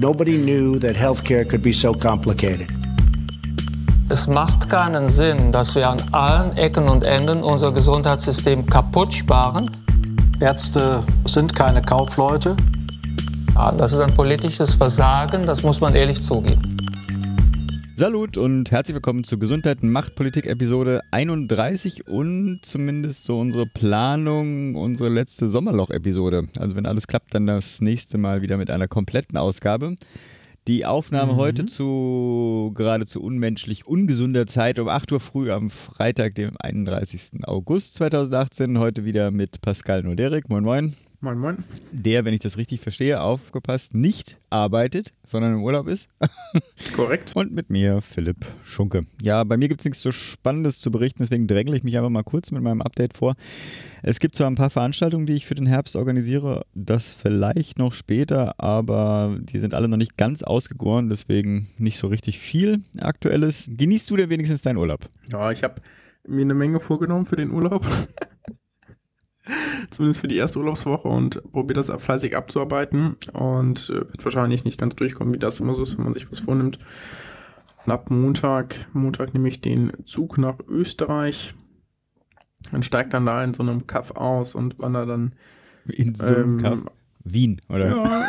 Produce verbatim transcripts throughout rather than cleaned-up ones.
Nobody knew that healthcare could be so complicated. Es macht keinen Sinn, dass wir an allen Ecken und Enden unser Gesundheitssystem kaputt sparen. Ärzte sind keine Kaufleute. Ja, das ist ein politisches Versagen, das muss man ehrlich zugeben. Salut und herzlich willkommen zur Gesundheit macht Politik Episode einunddreißig und zumindest so unsere Planung, unsere letzte Sommerloch-Episode. Also wenn alles klappt, dann das nächste Mal wieder mit einer kompletten Ausgabe. Die Aufnahme mhm. heute zu geradezu unmenschlich ungesunder Zeit um acht Uhr früh am Freitag, dem einunddreißigsten August zweitausendachtzehn. Heute wieder mit Pascal Noderik. Moin, moin. Moin, moin. Der, wenn ich das richtig verstehe, aufgepasst, nicht arbeitet, sondern im Urlaub ist. Korrekt. Und mit mir, Philipp Schunke. Ja, bei mir gibt es nichts so Spannendes zu berichten, deswegen drängle ich mich einfach mal kurz mit meinem Update vor. Es gibt zwar ein paar Veranstaltungen, die ich für den Herbst organisiere, das vielleicht noch später, aber die sind alle noch nicht ganz ausgegoren, deswegen nicht so richtig viel Aktuelles. Genießt du denn wenigstens deinen Urlaub? Ja, ich habe mir eine Menge vorgenommen für den Urlaub. Zumindest für die erste Urlaubswoche und probiere das fleißig abzuarbeiten und äh, wird wahrscheinlich nicht ganz durchkommen, wie das immer so ist, wenn man sich was vornimmt. Und ab Montag, Montag nehme ich den Zug nach Österreich und steige dann da in so einem Kaff aus und wandere dann in so einem ähm, Kaff? Wien, oder? Ja.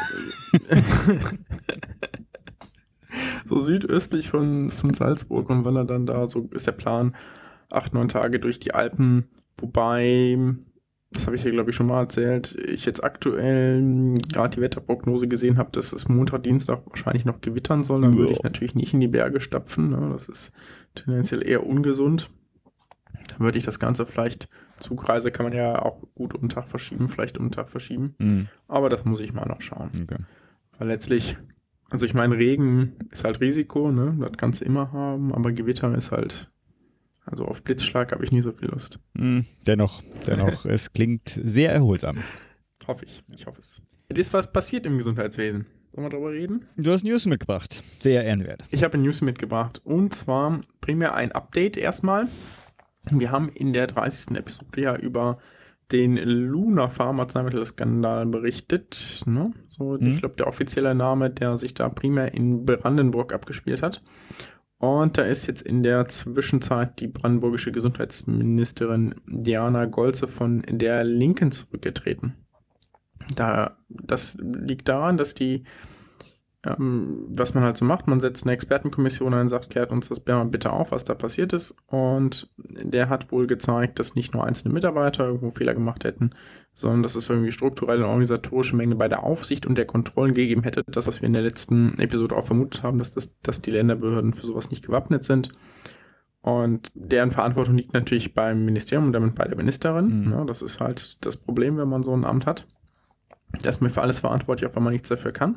So südöstlich von, von Salzburg und wandere dann da, so ist der Plan, acht, neun Tage durch die Alpen, wobei... Das habe ich hier, glaube ich, schon mal erzählt. Ich jetzt aktuell gerade die Wetterprognose gesehen habe, dass es Montag, Dienstag wahrscheinlich noch gewittern soll. Dann würde ich natürlich nicht in die Berge stapfen. Ne? Das ist tendenziell eher ungesund. Dann würde ich das Ganze vielleicht, Zugreise kann man ja auch gut um den Tag verschieben, vielleicht um den Tag verschieben. Mhm. Aber das muss ich mal noch schauen. Okay. Weil letztlich, also ich meine, Regen ist halt Risiko, ne? Das kannst du immer haben, aber Gewitter ist halt... Also auf Blitzschlag habe ich nie so viel Lust. Mm, dennoch, dennoch, es klingt sehr erholsam. Hoffe ich, ich hoffe es. Es ist was passiert im Gesundheitswesen. Sollen wir darüber reden? Du hast News mitgebracht, sehr ehrenwert. Ich habe News mitgebracht und zwar primär ein Update erstmal. Wir haben in der dreißigsten Episode ja über den Luna Pharma-Arzneimittelskandal berichtet. Ne? So, hm. Ich glaube, der offizielle Name, der sich da primär in Brandenburg abgespielt hat. Und da ist jetzt in der Zwischenzeit die brandenburgische Gesundheitsministerin Diana Golze von der Linken zurückgetreten. Da, das liegt daran, dass die, ähm, was man halt so macht, man setzt eine Expertenkommission ein, sagt, klärt uns das bitte auf, was da passiert ist. Und der hat wohl gezeigt, dass nicht nur einzelne Mitarbeiter irgendwo Fehler gemacht hätten, sondern dass es irgendwie strukturelle und organisatorische Mängel bei der Aufsicht und der Kontrollen gegeben hätte. Das, was wir in der letzten Episode auch vermutet haben, dass, das, dass die Länderbehörden für sowas nicht gewappnet sind. Und deren Verantwortung liegt natürlich beim Ministerium und damit bei der Ministerin. Mhm. Ja, das ist halt das Problem, wenn man so ein Amt hat. Da ist man für alles verantwortlich, auch wenn man nichts dafür kann.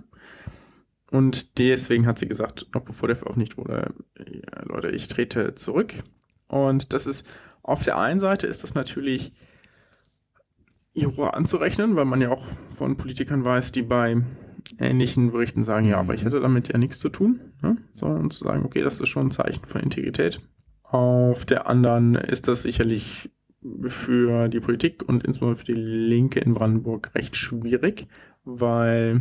Und deswegen hat sie gesagt, noch bevor der veröffentlicht wurde, ja, Leute, ich trete zurück. Und das ist, auf der einen Seite ist das natürlich anzurechnen, weil man ja auch von Politikern weiß, die bei ähnlichen Berichten sagen, ja, aber ich hätte damit ja nichts zu tun. Ne? So, und zu sagen, okay, das ist schon ein Zeichen von Integrität. Auf der anderen ist das sicherlich für die Politik und insbesondere für die Linke in Brandenburg recht schwierig, weil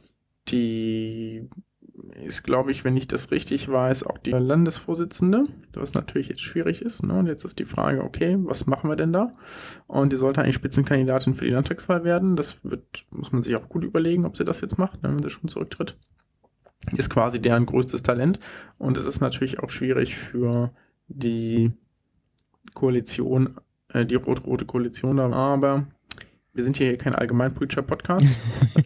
die ist, glaube ich, wenn ich das richtig weiß, auch die Landesvorsitzende, was natürlich jetzt schwierig ist. Ne? Und jetzt ist die Frage, okay, was machen wir denn da? Und die sollte eigentlich Spitzenkandidatin für die Landtagswahl werden. Das wird, muss man sich auch gut überlegen, ob sie das jetzt macht, ne, wenn sie schon zurücktritt. Ist quasi deren größtes Talent. Und es ist natürlich auch schwierig für die Koalition, äh, die rot-rote Koalition. Aber wir sind hier kein allgemeinpolitischer Podcast.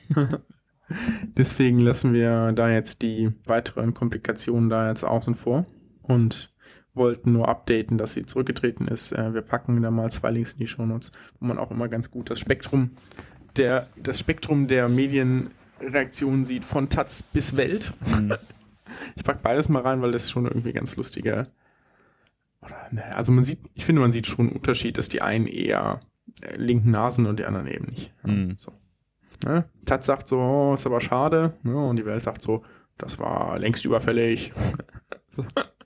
Deswegen lassen wir da jetzt die weiteren Komplikationen da jetzt außen vor und wollten nur updaten, dass sie zurückgetreten ist. Wir packen da mal zwei Links in die Shownotes, wo man auch immer ganz gut das Spektrum der, das Spektrum der Medienreaktionen sieht, von Taz bis Welt. Mhm. Ich packe beides mal rein, weil das schon irgendwie ganz lustiger. Oder, ne, also man sieht, ich finde, man sieht schon einen Unterschied, dass die einen eher linken Nasen und die anderen eben nicht. Mhm. So. Ne? Taz sagt so, oh, ist aber schade, ne? Und die Welt sagt so, das war längst überfällig. So.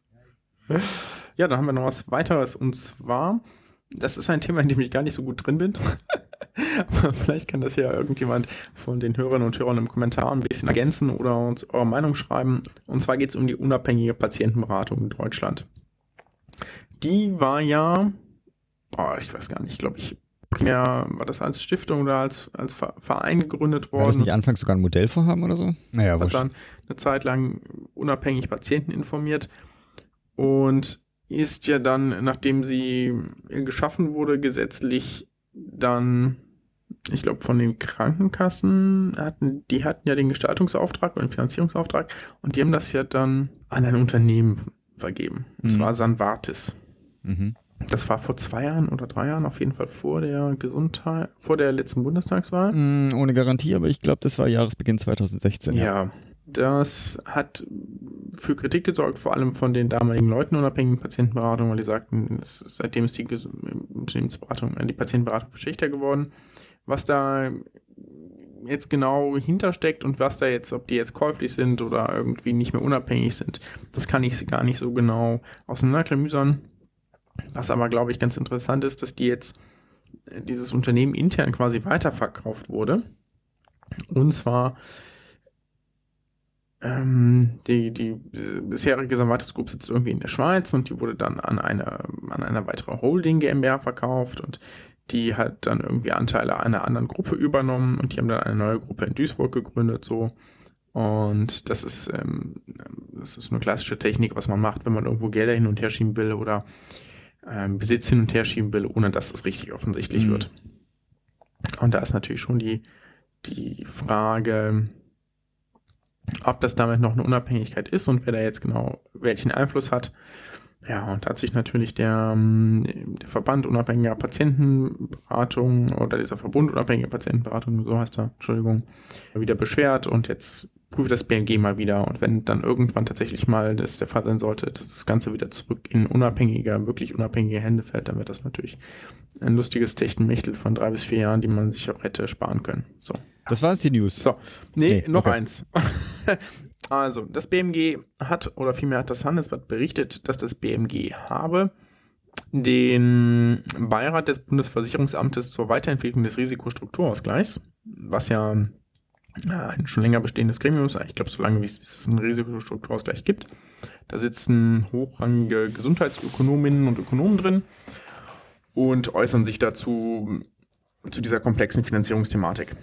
Ja, dann haben wir noch was weiteres und zwar, das ist ein Thema, in dem ich gar nicht so gut drin bin. Aber vielleicht kann das ja irgendjemand von den Hörerinnen und Hörern im Kommentar ein bisschen ergänzen oder uns eure Meinung schreiben. Und zwar geht es um die unabhängige Patientenberatung in Deutschland. Die war ja, boah, ich weiß gar nicht, glaube ich, primär war das als Stiftung oder als, als Verein gegründet worden. War das nicht anfangs sogar ein Modellvorhaben oder so? Naja, Hat dann eine Zeit lang unabhängig Patienten informiert und ist ja dann, nachdem sie geschaffen wurde, gesetzlich dann, ich glaube, von den Krankenkassen, hatten, die hatten ja den Gestaltungsauftrag oder den Finanzierungsauftrag und die haben das ja dann an ein Unternehmen vergeben. Und Mhm. zwar Sanvartis. Mhm. Das war vor zwei Jahren oder drei Jahren, auf jeden Fall vor der Gesundheit, vor der letzten Bundestagswahl. Mm, ohne Garantie, aber ich glaube, das war Jahresbeginn zwanzig sechzehn. Ja, das hat für Kritik gesorgt, vor allem von den damaligen Leuten unabhängigen Patientenberatung, weil die sagten, es, seitdem ist die Ges- Unternehmensberatung, äh, die Patientenberatung schlechter geworden. Was da jetzt genau hintersteckt und was da jetzt, ob die jetzt käuflich sind oder irgendwie nicht mehr unabhängig sind, das kann ich gar nicht so genau auseinanderklamüsern. Was aber, glaube ich, ganz interessant ist, dass die jetzt dieses Unternehmen intern quasi weiterverkauft wurde. Und zwar ähm, die, die bisherige Sanvartis Group sitzt irgendwie in der Schweiz und die wurde dann an eine, an eine weitere Holding GmbH verkauft und die hat dann irgendwie Anteile einer anderen Gruppe übernommen und die haben dann eine neue Gruppe in Duisburg gegründet, so. Und das ist, ähm, das ist eine klassische Technik, was man macht, wenn man irgendwo Gelder hin und her schieben will oder ähm, Besitz hin und her schieben will, ohne dass es richtig offensichtlich Mhm. wird. Und da ist natürlich schon die, die Frage, ob das damit noch eine Unabhängigkeit ist und wer da jetzt genau welchen Einfluss hat. Ja, und da hat sich natürlich der, der Verband unabhängiger Patientenberatung oder dieser Verbund unabhängiger Patientenberatung, so heißt er, Entschuldigung, wieder beschwert und jetzt prüft das B M G mal wieder und wenn dann irgendwann tatsächlich mal das der Fall sein sollte, dass das Ganze wieder zurück in unabhängige, wirklich unabhängige Hände fällt, dann wird das natürlich ein lustiges Techtenmechtel von drei bis vier Jahren, die man sich auch hätte sparen können. So. Das war jetzt die News. So, nee, Nee, noch okay. eins. Also, das B M G hat, oder vielmehr hat das Handelsblatt berichtet, dass das B M G habe den Beirat des Bundesversicherungsamtes zur Weiterentwicklung des Risikostrukturausgleichs, was ja ein schon länger bestehendes Gremium ist, ich glaube, so lange wie es einen Risikostrukturausgleich gibt. Da sitzen hochrangige Gesundheitsökonominnen und Ökonomen drin und äußern sich dazu zu dieser komplexen Finanzierungsthematik.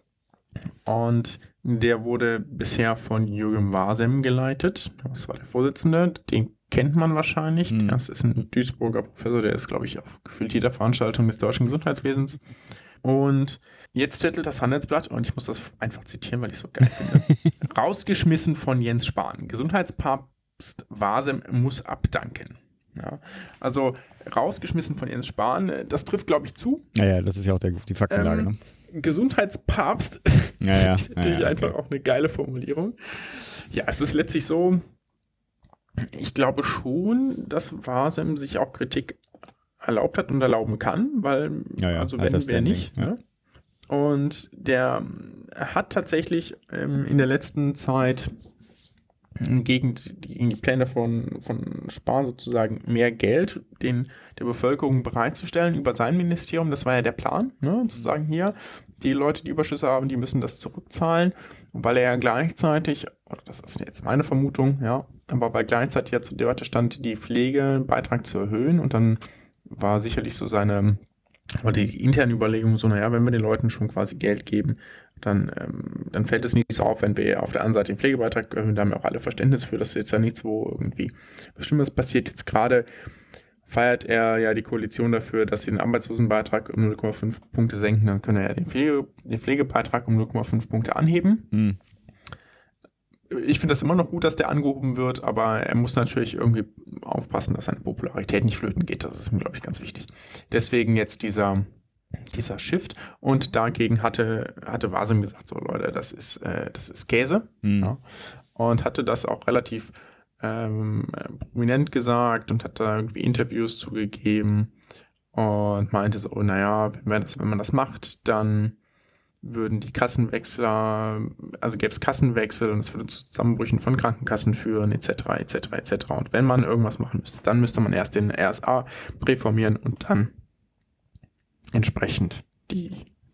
Und der wurde bisher von Jürgen Wasem geleitet. Das war der Vorsitzende. Den kennt man wahrscheinlich. Mhm. Das ist ein Duisburger Professor, der ist, glaube ich, auf gefühlt jeder Veranstaltung des deutschen Gesundheitswesens. Und jetzt titelt das Handelsblatt, und ich muss das einfach zitieren, weil ich es so geil finde. Rausgeschmissen von Jens Spahn. Gesundheitspapst Wasem muss abdanken. Ja, also rausgeschmissen von Jens Spahn, das trifft, glaube ich, zu. Naja, das ist ja auch der, die Faktenlage. Ähm, ne? Gesundheitspapst Ja, ja. ist natürlich ja, ja, einfach okay. auch eine geile Formulierung. Ja, es ist letztlich so, ich glaube schon, dass Wasem sich auch Kritik erlaubt hat und erlauben kann, weil, Ja, ja, also halt wenn, das wer Standing, nicht. ja. Ne? Und der hat tatsächlich ähm, in der letzten Zeit gegen die, gegen die Pläne von, von Spahn sozusagen mehr Geld den, der Bevölkerung bereitzustellen über sein Ministerium. Das war ja der Plan, ne? Zu sagen, hier, die Leute, die Überschüsse haben, die müssen das zurückzahlen. Und weil er ja gleichzeitig, oder das ist jetzt meine Vermutung, ja, aber weil gleichzeitig ja zur Debatte stand, die Pflegebeitrag zu erhöhen, und dann war sicherlich so seine, oder die interne Überlegung so, naja, wenn wir den Leuten schon quasi Geld geben, dann, ähm, dann fällt es nicht so auf, wenn wir auf der anderen Seite den Pflegebeitrag erhöhen. Da haben wir auch alle Verständnis für, dass jetzt ja nichts, wo irgendwie was Schlimmes passiert. Jetzt gerade feiert er ja die Koalition dafür, dass sie den Arbeitslosenbeitrag um null Komma fünf Punkte senken. Dann können er ja den, Pflege, den Pflegebeitrag um null Komma fünf Punkte anheben. Hm. Ich finde das immer noch gut, dass der angehoben wird, aber er muss natürlich irgendwie aufpassen, dass seine Popularität nicht flöten geht. Das ist mir, glaube ich, ganz wichtig. Deswegen jetzt dieser, dieser Shift. Und dagegen hatte, hatte Wasem gesagt, so Leute, das ist, äh, das ist Käse. Hm. Ja. Und hatte das auch relativ ähm, prominent gesagt und hat da irgendwie Interviews zugegeben und meinte so, naja, wenn man das, wenn man das macht, dann würden die Kassenwechsler, also gäbe es Kassenwechsel und es würde zu Zusammenbrüchen von Krankenkassen führen, et cetera, et cetera, et cetera. Und wenn man irgendwas machen müsste, dann müsste man erst den R S A reformieren und dann entsprechend die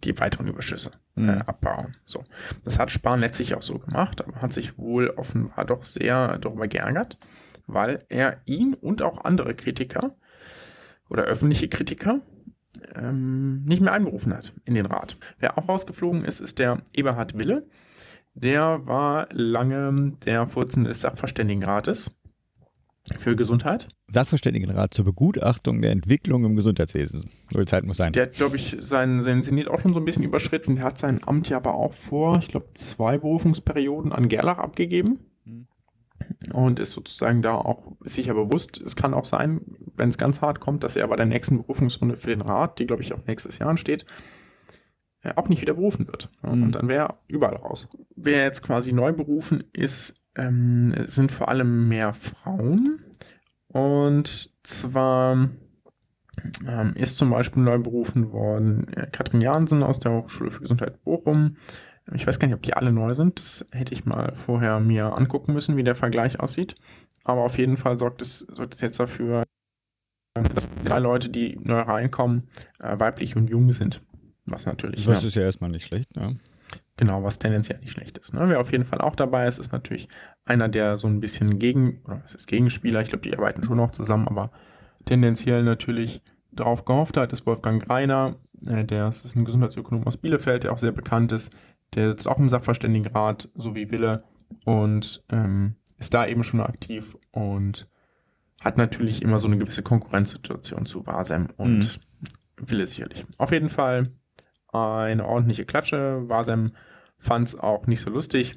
die weiteren Überschüsse Mhm. äh, abbauen. So. Das hat Spahn letztlich auch so gemacht, aber hat sich wohl offenbar doch sehr darüber geärgert, weil er ihn und auch andere Kritiker oder öffentliche Kritiker ähm, nicht mehr einberufen hat in den Rat. Wer auch rausgeflogen ist, ist der Eberhard Wille. Der war lange der Vorsitzende des Sachverständigenrates für Gesundheit. Sachverständigenrat zur Begutachtung der Entwicklung im Gesundheitswesen. So die Zeit muss sein. Der hat, glaube ich, seinen, seinen Zenit auch schon so ein bisschen überschritten. Der hat sein Amt ja aber auch vor, ich glaube, zwei Berufungsperioden an Gerlach abgegeben. Mhm. Und ist sozusagen da auch sicher bewusst. Es kann auch sein, wenn es ganz hart kommt, dass er bei der nächsten Berufungsrunde für den Rat, die, glaube ich, auch nächstes Jahr ansteht, äh, auch nicht wieder berufen wird. Ja, Mhm. und dann wäre er überall raus. Wer jetzt quasi neu berufen ist, ähm, sind vor allem mehr Frauen. Und zwar ähm, ist zum Beispiel neu berufen worden äh, Katrin Jansen aus der Hochschule für Gesundheit Bochum. Ich weiß gar nicht, ob die alle neu sind. Das hätte ich mal vorher mir angucken müssen, wie der Vergleich aussieht. Aber auf jeden Fall sorgt es, sorgt es jetzt dafür, dass drei Leute, die neu reinkommen, äh, weiblich und jung sind. Was natürlich, Das ja, ist ja erstmal nicht schlecht, ne? genau, was tendenziell nicht schlecht ist. Ne? Wer auf jeden Fall auch dabei ist, ist natürlich einer, der so ein bisschen gegen, oder was ist Gegenspieler, ich glaube, die arbeiten schon noch zusammen, aber tendenziell natürlich darauf gehofft hat, ist Wolfgang Greiner, äh, der ist, ist ein Gesundheitsökonom aus Bielefeld, der auch sehr bekannt ist. Der sitzt auch im Sachverständigenrat, so wie Wille, und ähm, ist da eben schon aktiv und hat natürlich immer so eine gewisse Konkurrenzsituation zu Wasem und mhm. Wille sicherlich. Auf jeden Fall eine ordentliche Klatsche. Wasem fand es auch nicht so lustig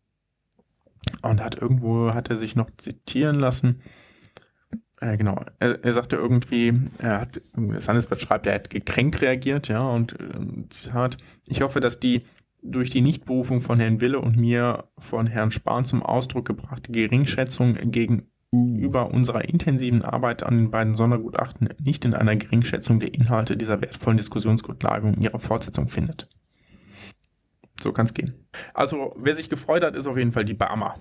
und hat irgendwo, hat er sich noch zitieren lassen. Äh, genau, er, er sagte irgendwie, er hat, das Handelsblatt schreibt, er hat gekränkt reagiert, ja, und äh, Zitat, ich hoffe, dass die durch die Nichtberufung von Herrn Wille und mir von Herrn Spahn zum Ausdruck gebrachte Geringschätzung gegenüber unserer intensiven Arbeit an den beiden Sondergutachten nicht in einer Geringschätzung der Inhalte dieser wertvollen Diskussionsgrundlage und ihrer Fortsetzung findet. So kann es gehen. Also, wer sich gefreut hat, ist auf jeden Fall die Barmer.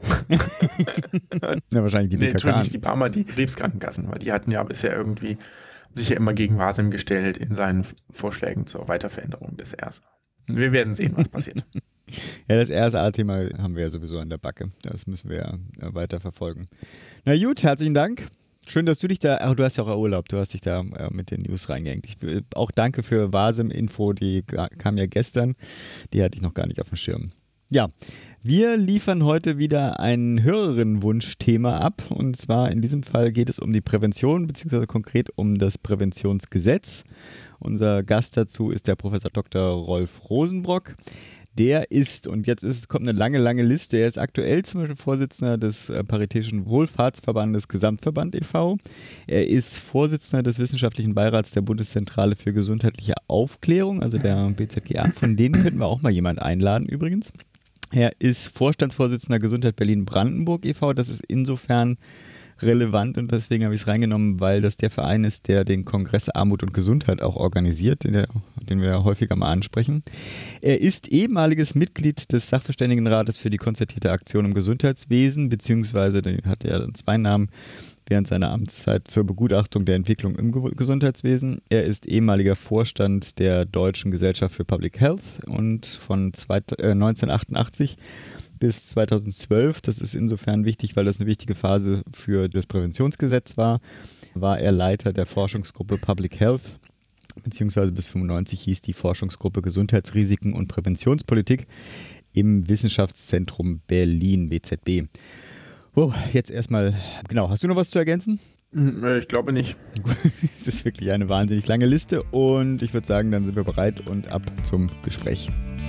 Ja, wahrscheinlich die nee, B K K. Entschuldigung, nicht die Barmer, die Betriebskrankenkassen, weil die hatten ja bisher irgendwie sich ja immer gegen Wasem gestellt in seinen Vorschlägen zur Weiterveränderung des R S A. Wir werden sehen, was passiert. Ja, das R S A-Thema haben wir ja sowieso an der Backe. Das müssen wir ja weiter verfolgen. Na gut, herzlichen Dank. Schön, dass du dich da, ach, du hast ja auch Urlaub, du hast dich da äh, mit den News reingehängt. Ich will, auch danke für Wasem-Info, die kam ja gestern. Die hatte ich noch gar nicht auf dem Schirm. Ja, wir liefern heute wieder ein Hörerinnenwunschthema ab. Und zwar in diesem Fall geht es um die Prävention, beziehungsweise konkret um das Präventionsgesetz. Unser Gast dazu ist der Professor Doktor Rolf Rosenbrock. Der ist, und jetzt ist, kommt eine lange, lange Liste, er ist aktuell zum Beispiel Vorsitzender des äh, Paritätischen Wohlfahrtsverbandes Gesamtverband e V Er ist Vorsitzender des Wissenschaftlichen Beirats der Bundeszentrale für gesundheitliche Aufklärung, also der B Z G A. Von denen könnten wir auch mal jemanden einladen übrigens. Er ist Vorstandsvorsitzender Gesundheit Berlin-Brandenburg e V Das ist insofern relevant und deswegen habe ich es reingenommen, weil das der Verein ist, der den Kongress Armut und Gesundheit auch organisiert, den, der, den wir häufiger mal ansprechen. Er ist ehemaliges Mitglied des Sachverständigenrates für die konzertierte Aktion im Gesundheitswesen, beziehungsweise den hat er dann zwei Namen während seiner Amtszeit zur Begutachtung der Entwicklung im Gesundheitswesen. Er ist ehemaliger Vorstand der Deutschen Gesellschaft für Public Health und von neunzehnhundertachtundachtzig bis zweitausendzwölf, das ist insofern wichtig, weil das eine wichtige Phase für das Präventionsgesetz war, war er Leiter der Forschungsgruppe Public Health, beziehungsweise bis fünfundneunzig hieß die Forschungsgruppe Gesundheitsrisiken und Präventionspolitik im Wissenschaftszentrum Berlin, W Z B. Oh, jetzt erstmal, genau, hast du noch was zu ergänzen? Ich glaube nicht. Es ist wirklich eine wahnsinnig lange Liste und ich würde sagen, dann sind wir bereit und ab zum Gespräch.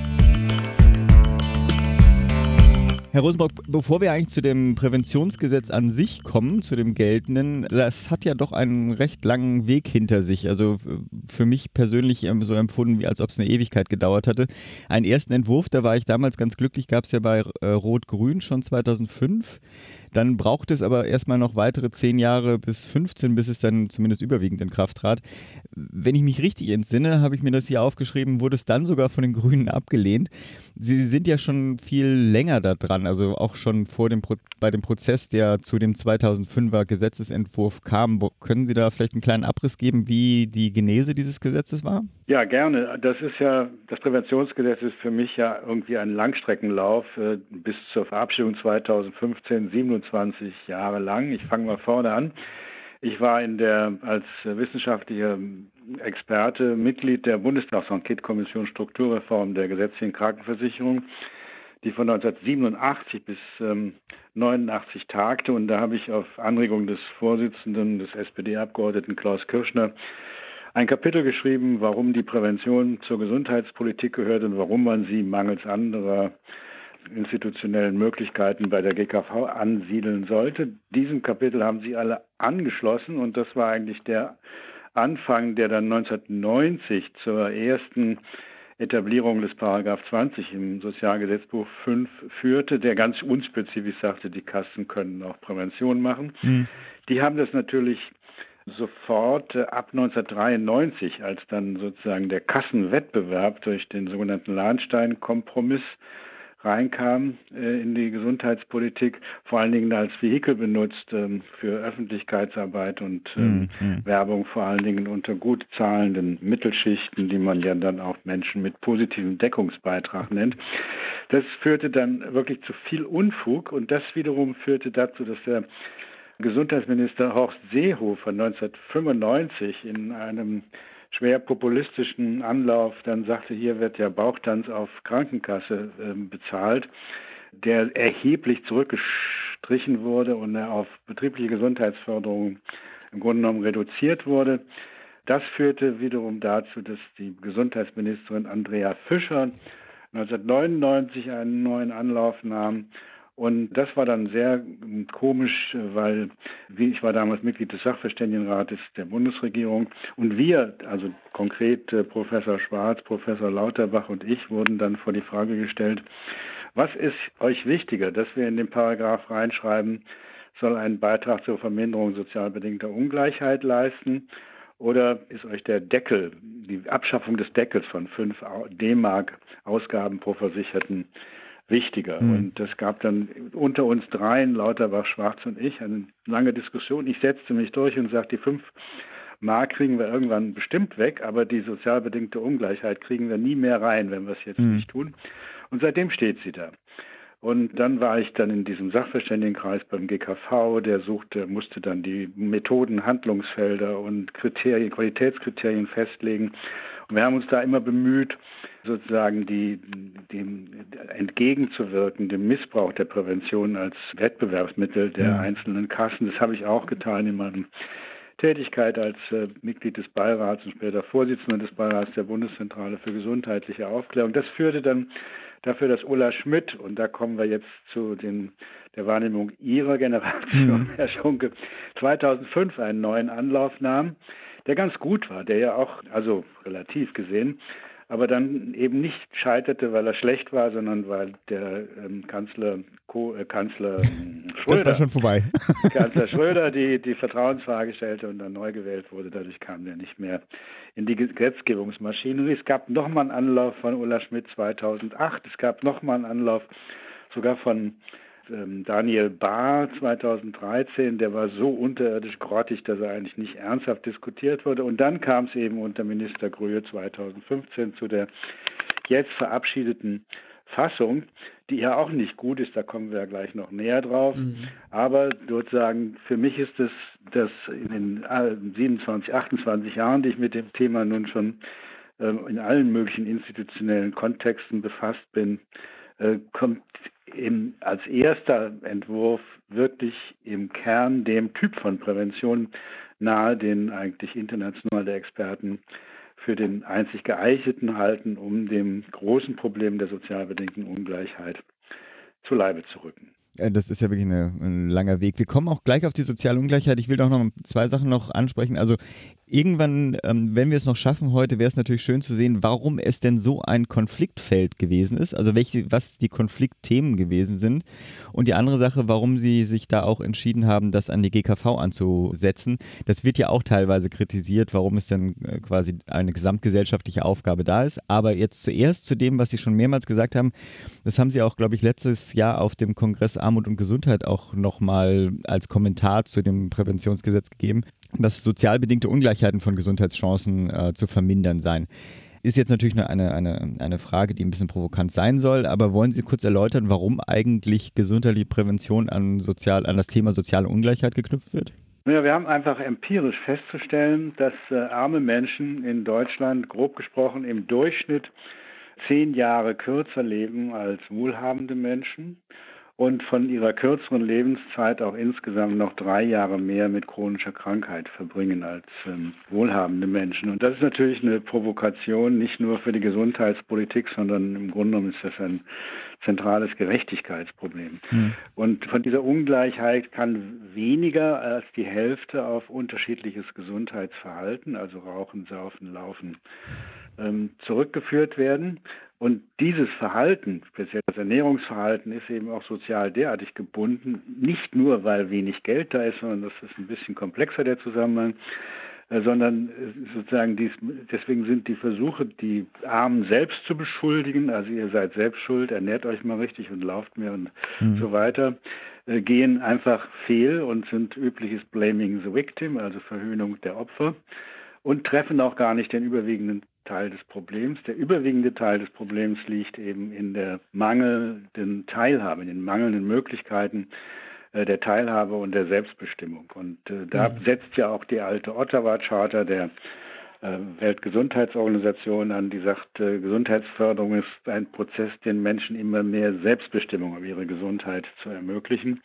Herr Rosenbrock, bevor wir eigentlich zu dem Präventionsgesetz an sich kommen, zu dem geltenden, das hat ja doch einen recht langen Weg hinter sich. Also für mich persönlich so empfunden, wie als ob es eine Ewigkeit gedauert hatte. Einen ersten Entwurf, da war ich damals ganz glücklich, gab es ja bei äh, Rot-Grün schon zweitausendfünf. Dann braucht es aber erstmal noch weitere zehn Jahre bis fünfzehn, bis es dann zumindest überwiegend in Kraft trat. Wenn ich mich richtig entsinne, habe ich mir das hier aufgeschrieben, wurde es dann sogar von den Grünen abgelehnt. Sie sind ja schon viel länger da dran, also auch schon vor dem Pro- bei dem Prozess, der zu dem zweitausendfünfer Gesetzesentwurf kam. Wo, können Sie da vielleicht einen kleinen Abriss geben, wie die Genese dieses Gesetzes war? Ja, gerne. Das ist ja, das Präventionsgesetz ist für mich ja irgendwie ein Langstreckenlauf äh, bis zur Verabschiedung zweitausendfünfzehn, siebenundzwanzig Jahre lang. Ich fange mal vorne an. Ich war in der als wissenschaftlicher Experte Mitglied der Bundestagsenquete-Kommission Strukturreform der gesetzlichen Krankenversicherung, die von neunzehnhundertsiebenundachtzig bis ähm, neunundachtzig tagte. Und da habe ich auf Anregung des Vorsitzenden, des S P D-Abgeordneten Klaus Kirschner, ein Kapitel geschrieben, warum die Prävention zur Gesundheitspolitik gehört und warum man sie mangels anderer institutionellen Möglichkeiten bei der G K V ansiedeln sollte. Diesem Kapitel haben sie alle angeschlossen und das war eigentlich der Anfang, der dann neunzehnhundertneunzig zur ersten Etablierung des Paragraph zwanzig im Sozialgesetzbuch fünf führte, der ganz unspezifisch sagte, die Kassen können auch Prävention machen. Mhm. Die haben das natürlich sofort äh, ab neunzehnhundertdreiundneunzig, als dann sozusagen der Kassenwettbewerb durch den sogenannten Lahnstein-Kompromiss reinkam äh, in die Gesundheitspolitik, vor allen Dingen als Vehikel benutzt ähm, für Öffentlichkeitsarbeit und ähm, mhm. Werbung, vor allen Dingen unter gut zahlenden Mittelschichten, die man ja dann auch Menschen mit positivem Deckungsbeitrag nennt. Das führte dann wirklich zu viel Unfug und das wiederum führte dazu, dass der Gesundheitsminister Horst Seehofer neunzehnhundertfünfundneunzig in einem schwer populistischen Anlauf dann sagte, hier wird der Bauchtanz auf Krankenkasse äh, bezahlt, der erheblich zurückgestrichen wurde und er auf betriebliche Gesundheitsförderung im Grunde genommen reduziert wurde. Das führte wiederum dazu, dass die Gesundheitsministerin Andrea Fischer neunzehnhundertneunundneunzig einen neuen Anlauf nahm. Und das war dann sehr komisch, weil ich war damals Mitglied des Sachverständigenrates der Bundesregierung und wir, also konkret Professor Schwarz, Professor Lauterbach und ich, wurden dann vor die Frage gestellt, was ist euch wichtiger, dass wir in den Paragraph reinschreiben, soll einen Beitrag zur Verminderung sozial bedingter Ungleichheit leisten oder ist euch der Deckel, die Abschaffung des Deckels von fünf D-Mark Ausgaben pro Versicherten wichtiger. Mhm. Und es gab dann unter uns dreien, Lauterbach, Schwarz und ich, eine lange Diskussion. Ich setzte mich durch und sagte, die fünf Mark kriegen wir irgendwann bestimmt weg, aber die sozial bedingte Ungleichheit kriegen wir nie mehr rein, wenn wir es jetzt mhm. nicht tun. Und seitdem steht sie da. Und dann war ich dann in diesem Sachverständigenkreis beim G K V, der suchte, musste dann die Methoden, Handlungsfelder und Kriterien, Qualitätskriterien festlegen. Und wir haben uns da immer bemüht, sozusagen die, dem entgegenzuwirken, dem Missbrauch der Prävention als Wettbewerbsmittel der ja. einzelnen Kassen. Das habe ich auch getan in meiner Tätigkeit als äh, Mitglied des Beirats und später Vorsitzender des Beirats der Bundeszentrale für gesundheitliche Aufklärung. Das führte dann dafür, dass Ulla Schmidt, und da kommen wir jetzt zu den, der Wahrnehmung Ihrer Generation, mhm. Herr Schunke, zweitausendfünf einen neuen Anlauf nahm, der ganz gut war, der ja auch, also relativ gesehen, aber dann eben nicht scheiterte, weil er schlecht war, sondern weil der ähm, Kanzler, Co, äh, Kanzler ähm, Schröder, das war schon vorbei. Kanzler Schröder die, die Vertrauensfrage stellte und dann neu gewählt wurde. Dadurch kam der nicht mehr in die Gesetzgebungsmaschine. Und es gab nochmal einen Anlauf von Ulla Schmidt zweitausendacht. Es gab nochmal einen Anlauf sogar von ähm, Daniel Bahr zweitausenddreizehn. Der war so unterirdisch grottig, dass er eigentlich nicht ernsthaft diskutiert wurde. Und dann kam es eben unter Minister Gröhe zweitausendfünfzehn zu der jetzt verabschiedeten Fassung, die ja auch nicht gut ist, da kommen wir ja gleich noch näher drauf. Mhm. Aber sozusagen für mich ist es, dass in den siebenundzwanzig, achtundzwanzig Jahren, die ich mit dem Thema nun schon äh, in allen möglichen institutionellen Kontexten befasst bin, äh, kommt im, als erster Entwurf wirklich im Kern dem Typ von Prävention nahe, den eigentlich internationale Experten für den einzig geeigneten halten, um dem großen Problem der sozial bedingten Ungleichheit zu Leibe zu rücken. Äh, Das ist ja wirklich eine, ein langer Weg. Wir kommen auch gleich auf die soziale Ungleichheit. Ich will doch noch zwei Sachen noch ansprechen. Also irgendwann, ähm, wenn wir es noch schaffen heute, wäre es natürlich schön zu sehen, warum es denn so ein Konfliktfeld gewesen ist. Also welche, was die Konfliktthemen gewesen sind. Und die andere Sache, warum sie sich da auch entschieden haben, das an die G K V anzusetzen. Das wird ja auch teilweise kritisiert, warum es denn äh, quasi eine gesamtgesellschaftliche Aufgabe da ist. Aber jetzt zuerst zu dem, was Sie schon mehrmals gesagt haben. Das haben Sie auch, glaube ich, letztes Jahr auf dem Kongress Armut und Gesundheit auch nochmal als Kommentar zu dem Präventionsgesetz gegeben, dass sozial bedingte Ungleichheiten von Gesundheitschancen äh, zu vermindern seien. Ist jetzt natürlich eine, eine, eine Frage, die ein bisschen provokant sein soll, aber wollen Sie kurz erläutern, warum eigentlich gesundheitliche Prävention an, sozial, an das Thema soziale Ungleichheit geknüpft wird? Ja, wir haben einfach empirisch festzustellen, dass äh, arme Menschen in Deutschland, grob gesprochen, im Durchschnitt zehn Jahre kürzer leben als wohlhabende Menschen und von ihrer kürzeren Lebenszeit auch insgesamt noch drei Jahre mehr mit chronischer Krankheit verbringen als ähm, wohlhabende Menschen. Und das ist natürlich eine Provokation, nicht nur für die Gesundheitspolitik, sondern im Grunde genommen ist das ein zentrales Gerechtigkeitsproblem. Mhm. Und von dieser Ungleichheit kann weniger als die Hälfte auf unterschiedliches Gesundheitsverhalten, also Rauchen, Saufen, Laufen, ähm, zurückgeführt werden. Und dieses Verhalten, speziell das Ernährungsverhalten, ist eben auch sozial derartig gebunden, nicht nur, weil wenig Geld da ist, sondern das ist ein bisschen komplexer, der Zusammenhang, äh, sondern äh, sozusagen dies, deswegen sind die Versuche, die Armen selbst zu beschuldigen, also ihr seid selbst schuld, ernährt euch mal richtig und lauft mehr und mhm. so weiter, äh, gehen einfach fehl und sind übliches Blaming the Victim, also Verhöhnung der Opfer, und treffen auch gar nicht den überwiegenden Teil des Problems. Der überwiegende Teil des Problems liegt eben in der mangelnden Teilhabe, in den mangelnden Möglichkeiten äh, der Teilhabe und der Selbstbestimmung. Und äh, da mhm. setzt ja auch die alte Ottawa-Charta der äh, Weltgesundheitsorganisation an, die sagt, äh, Gesundheitsförderung ist ein Prozess, den Menschen immer mehr Selbstbestimmung über ihre Gesundheit zu ermöglichen.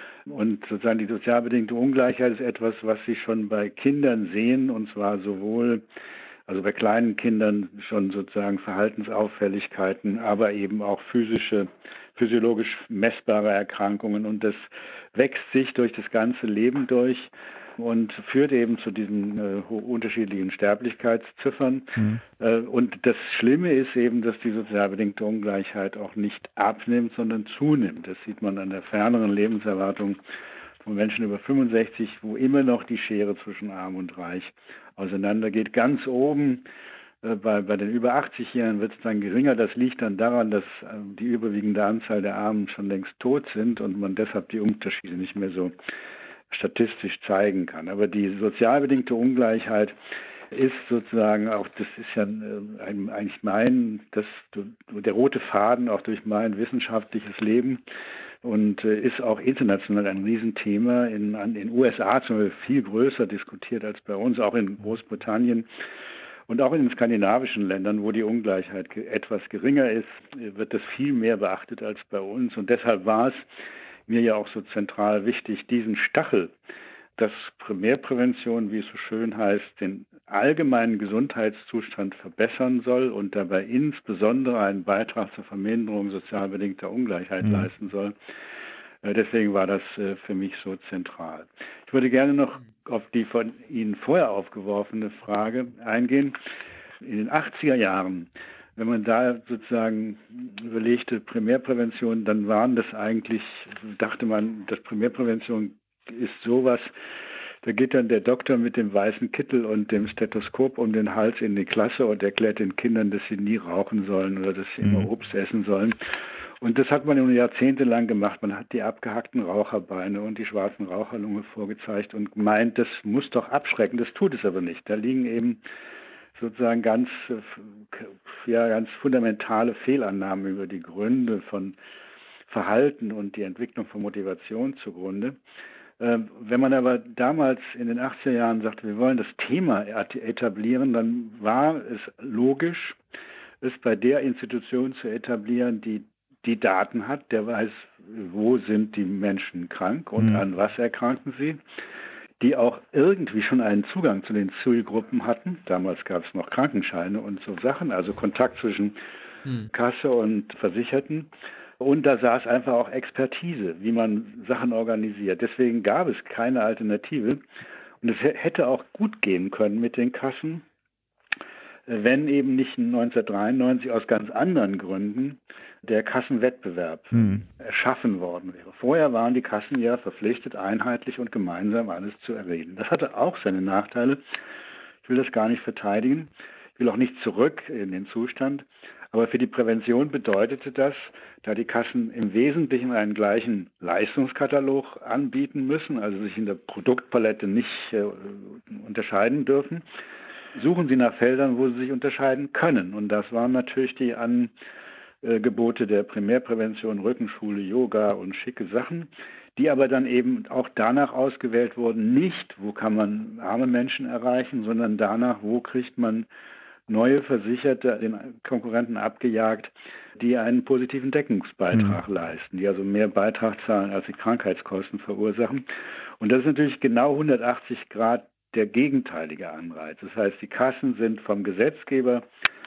Und sozusagen die sozial bedingte Ungleichheit ist etwas, was Sie schon bei Kindern sehen, und zwar sowohl also bei kleinen Kindern schon sozusagen Verhaltensauffälligkeiten, aber eben auch physische, physiologisch messbare Erkrankungen. Und das wächst sich durch das ganze Leben durch und führt eben zu diesen äh, unterschiedlichen Sterblichkeitsziffern. Mhm. Äh, und das Schlimme ist eben, dass die sozial bedingte Ungleichheit auch nicht abnimmt, sondern zunimmt. Das sieht man an der ferneren Lebenserwartung von Menschen über fünfundsechzig, wo immer noch die Schere zwischen Arm und Reich auseinandergeht. Ganz oben äh, bei, bei den über achtzig-Jährigen wird es dann geringer. Das liegt dann daran, dass äh, die überwiegende Anzahl der Armen schon längst tot sind und man deshalb die Unterschiede nicht mehr so statistisch zeigen kann. Aber die sozial bedingte Ungleichheit ist sozusagen auch, das ist ja äh, eigentlich mein, das, der rote Faden auch durch mein wissenschaftliches Leben und äh, ist auch international ein Riesenthema. In den U S A zum Beispiel viel größer diskutiert als bei uns, auch in Großbritannien und auch in den skandinavischen Ländern, wo die Ungleichheit ge- etwas geringer ist, wird das viel mehr beachtet als bei uns. Und deshalb war es mir ja auch so zentral wichtig, diesen Stachel, dass Primärprävention, wie es so schön heißt, den allgemeinen Gesundheitszustand verbessern soll und dabei insbesondere einen Beitrag zur Verminderung sozial bedingter Ungleichheit mhm. leisten soll. Deswegen war das für mich so zentral. Ich würde gerne noch auf die von Ihnen vorher aufgeworfene Frage eingehen. In den achtziger Jahren, wenn man da sozusagen überlegte Primärprävention, dann waren das eigentlich, dachte man, dass Primärprävention ist sowas, da geht dann der Doktor mit dem weißen Kittel und dem Stethoskop um den Hals in die Klasse und erklärt den Kindern, dass sie nie rauchen sollen oder dass sie immer Obst essen sollen. Und das hat man nun jahrzehntelang gemacht. Man hat die abgehackten Raucherbeine und die schwarzen Raucherlunge vorgezeigt und meint, das muss doch abschrecken. Das tut es aber nicht. Da liegen eben sozusagen ganz, ja, ganz fundamentale Fehlannahmen über die Gründe von Verhalten und die Entwicklung von Motivation zugrunde. Wenn man aber damals in den achtziger Jahren sagte, wir wollen das Thema etablieren, dann war es logisch, es bei der Institution zu etablieren, die die Daten hat, der weiß, wo sind die Menschen krank und mhm. an was erkranken sie, die auch irgendwie schon einen Zugang zu den Zielgruppen hatten. Damals gab es noch Krankenscheine und so Sachen, also Kontakt zwischen mhm. Kasse und Versicherten Und da saß einfach auch Expertise, wie man Sachen organisiert. Deswegen gab es keine Alternative. Und es hätte auch gut gehen können mit den Kassen, wenn eben nicht neunzehnhundertdreiundneunzig aus ganz anderen Gründen der Kassenwettbewerb mhm. erschaffen worden wäre. Vorher waren die Kassen ja verpflichtet, einheitlich und gemeinsam alles zu erreden. Das hatte auch seine Nachteile. Ich will das gar nicht verteidigen. Ich will auch nicht zurück in den Zustand. Aber für die Prävention bedeutete das, da die Kassen im Wesentlichen einen gleichen Leistungskatalog anbieten müssen, also sich in der Produktpalette nicht äh, unterscheiden dürfen, suchen sie nach Feldern, wo sie sich unterscheiden können. Und das waren natürlich die Angebote der Primärprävention, Rückenschule, Yoga und schicke Sachen, die aber dann eben auch danach ausgewählt wurden, nicht, wo kann man arme Menschen erreichen, sondern danach, wo kriegt man neue Versicherte, den Konkurrenten abgejagt, die einen positiven Deckungsbeitrag mhm. leisten, die also mehr Beitrag zahlen, als sie Krankheitskosten verursachen. Und das ist natürlich genau hundertachtzig Grad der gegenteilige Anreiz. Das heißt, die Kassen sind vom Gesetzgeber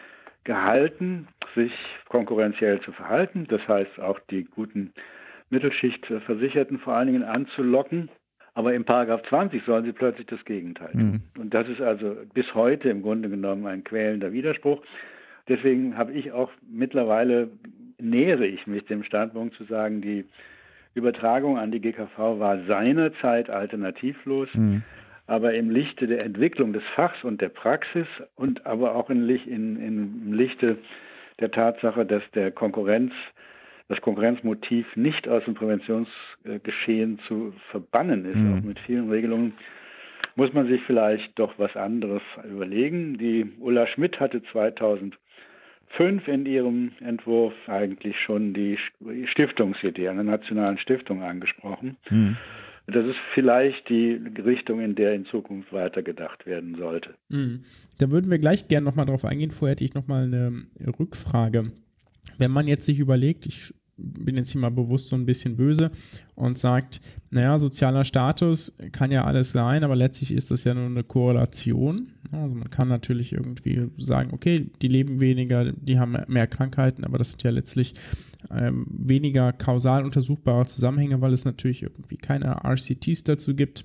gehalten, sich konkurrenziell zu verhalten. Das heißt, auch die guten Mittelschichtversicherten vor allen Dingen anzulocken. Aber im Paragraph zwanzig sollen sie plötzlich das Gegenteil tun. Mhm. Und das ist also bis heute im Grunde genommen ein quälender Widerspruch. Deswegen habe ich auch mittlerweile, nähere ich mich dem Standpunkt zu sagen, die Übertragung an die G K V war seinerzeit alternativlos. Mhm. Aber im Lichte der Entwicklung des Fachs und der Praxis und aber auch in, in, in, im Lichte der Tatsache, dass der Konkurrenz, das Konkurrenzmotiv nicht aus dem Präventionsgeschehen zu verbannen ist, mhm. auch mit vielen Regelungen, muss man sich vielleicht doch was anderes überlegen. Die Ulla Schmidt hatte zweitausendfünf in ihrem Entwurf eigentlich schon die Stiftungsidee einer nationalen Stiftung angesprochen. Mhm. Das ist vielleicht die Richtung, in der in Zukunft weitergedacht werden sollte. Mhm. Da würden wir gleich gerne nochmal drauf eingehen. Vorher hätte ich nochmal eine Rückfrage. Wenn man jetzt sich überlegt, ich bin jetzt hier mal bewusst so ein bisschen böse und sagt, naja, sozialer Status kann ja alles sein, aber letztlich ist das ja nur eine Korrelation. Also man kann natürlich irgendwie sagen, okay, die leben weniger, die haben mehr Krankheiten, aber das sind ja letztlich ähm, weniger kausal untersuchbare Zusammenhänge, weil es natürlich irgendwie keine R C Ts dazu gibt.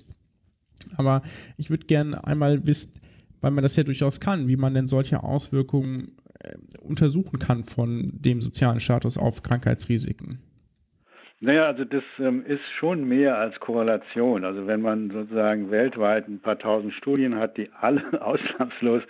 Aber ich würde gerne einmal wissen, weil man das ja durchaus kann, wie man denn solche Auswirkungen äh, untersuchen kann von dem sozialen Status auf Krankheitsrisiken. Naja, also das ähm, ist schon mehr als Korrelation. Also wenn man sozusagen weltweit ein paar tausend Studien hat, die alle ausnahmslos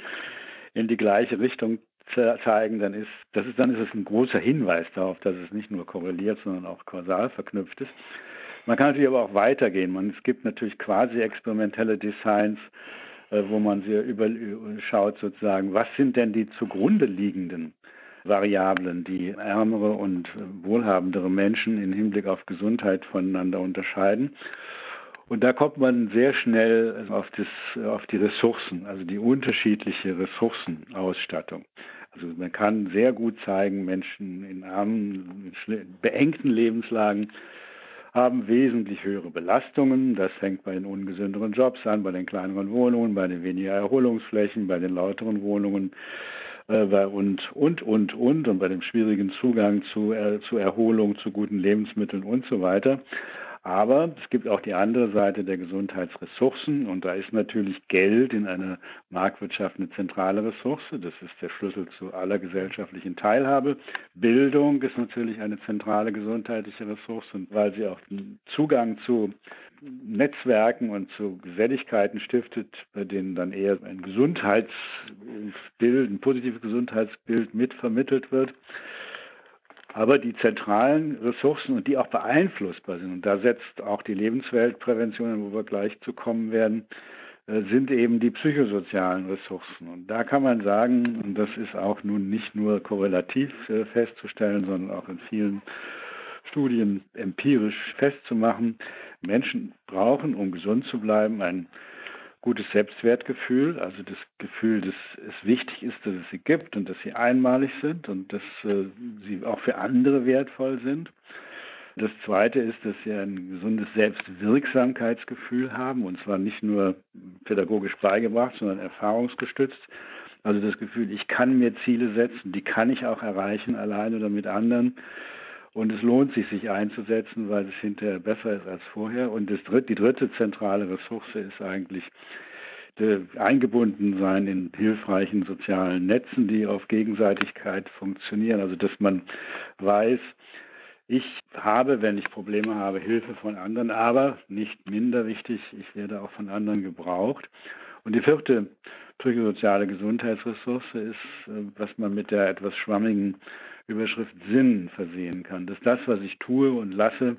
in die gleiche Richtung zeigen, dann ist, das ist, dann ist es ein großer Hinweis darauf, dass es nicht nur korreliert, sondern auch kausal verknüpft ist. Man kann natürlich aber auch weitergehen. Man, es gibt natürlich quasi experimentelle Designs, äh, wo man sehr überschaut sozusagen, was sind denn die zugrunde liegenden Variablen, die ärmere und wohlhabendere Menschen im Hinblick auf Gesundheit voneinander unterscheiden. Und da kommt man sehr schnell auf, das, auf die Ressourcen, also die unterschiedliche Ressourcenausstattung. Also man kann sehr gut zeigen, Menschen in armen, beengten Lebenslagen haben wesentlich höhere Belastungen. Das fängt bei den ungesünderen Jobs an, bei den kleineren Wohnungen, bei den weniger Erholungsflächen, bei den lauteren Wohnungen äh, und, und, und, und, und bei dem schwierigen Zugang zu, äh, zu Erholung, zu guten Lebensmitteln und so weiter. Aber es gibt auch die andere Seite der Gesundheitsressourcen und da ist natürlich Geld in einer Marktwirtschaft eine zentrale Ressource. Das ist der Schlüssel zu aller gesellschaftlichen Teilhabe. Bildung ist natürlich eine zentrale gesundheitliche Ressource, und weil sie auch den Zugang zu Netzwerken und zu Geselligkeiten stiftet, bei denen dann eher ein Gesundheitsbild, ein positives Gesundheitsbild mitvermittelt wird. Aber die zentralen Ressourcen und die auch beeinflussbar sind, und da setzt auch die Lebensweltprävention, wo wir gleich zu kommen werden, sind eben die psychosozialen Ressourcen. Und da kann man sagen, und das ist auch nun nicht nur korrelativ festzustellen, sondern auch in vielen Studien empirisch festzumachen, Menschen brauchen, um gesund zu bleiben, ein gutes Selbstwertgefühl, also das Gefühl, dass es wichtig ist, dass es sie gibt und dass sie einmalig sind und dass äh, sie auch für andere wertvoll sind. Das Zweite ist, dass sie ein gesundes Selbstwirksamkeitsgefühl haben, und zwar nicht nur pädagogisch beigebracht, sondern erfahrungsgestützt. Also das Gefühl, ich kann mir Ziele setzen, die kann ich auch erreichen, allein oder mit anderen. Und es lohnt sich, sich einzusetzen, weil es hinterher besser ist als vorher. Und das dritte, die dritte zentrale Ressource ist eigentlich das Eingebundensein in hilfreichen sozialen Netzen, die auf Gegenseitigkeit funktionieren. Also dass man weiß, ich habe, wenn ich Probleme habe, Hilfe von anderen, aber nicht minder wichtig, ich werde auch von anderen gebraucht. Und die vierte psychosoziale Gesundheitsressource ist, was man mit der etwas schwammigen Überschrift Sinn versehen kann. Dass das, was ich tue und lasse,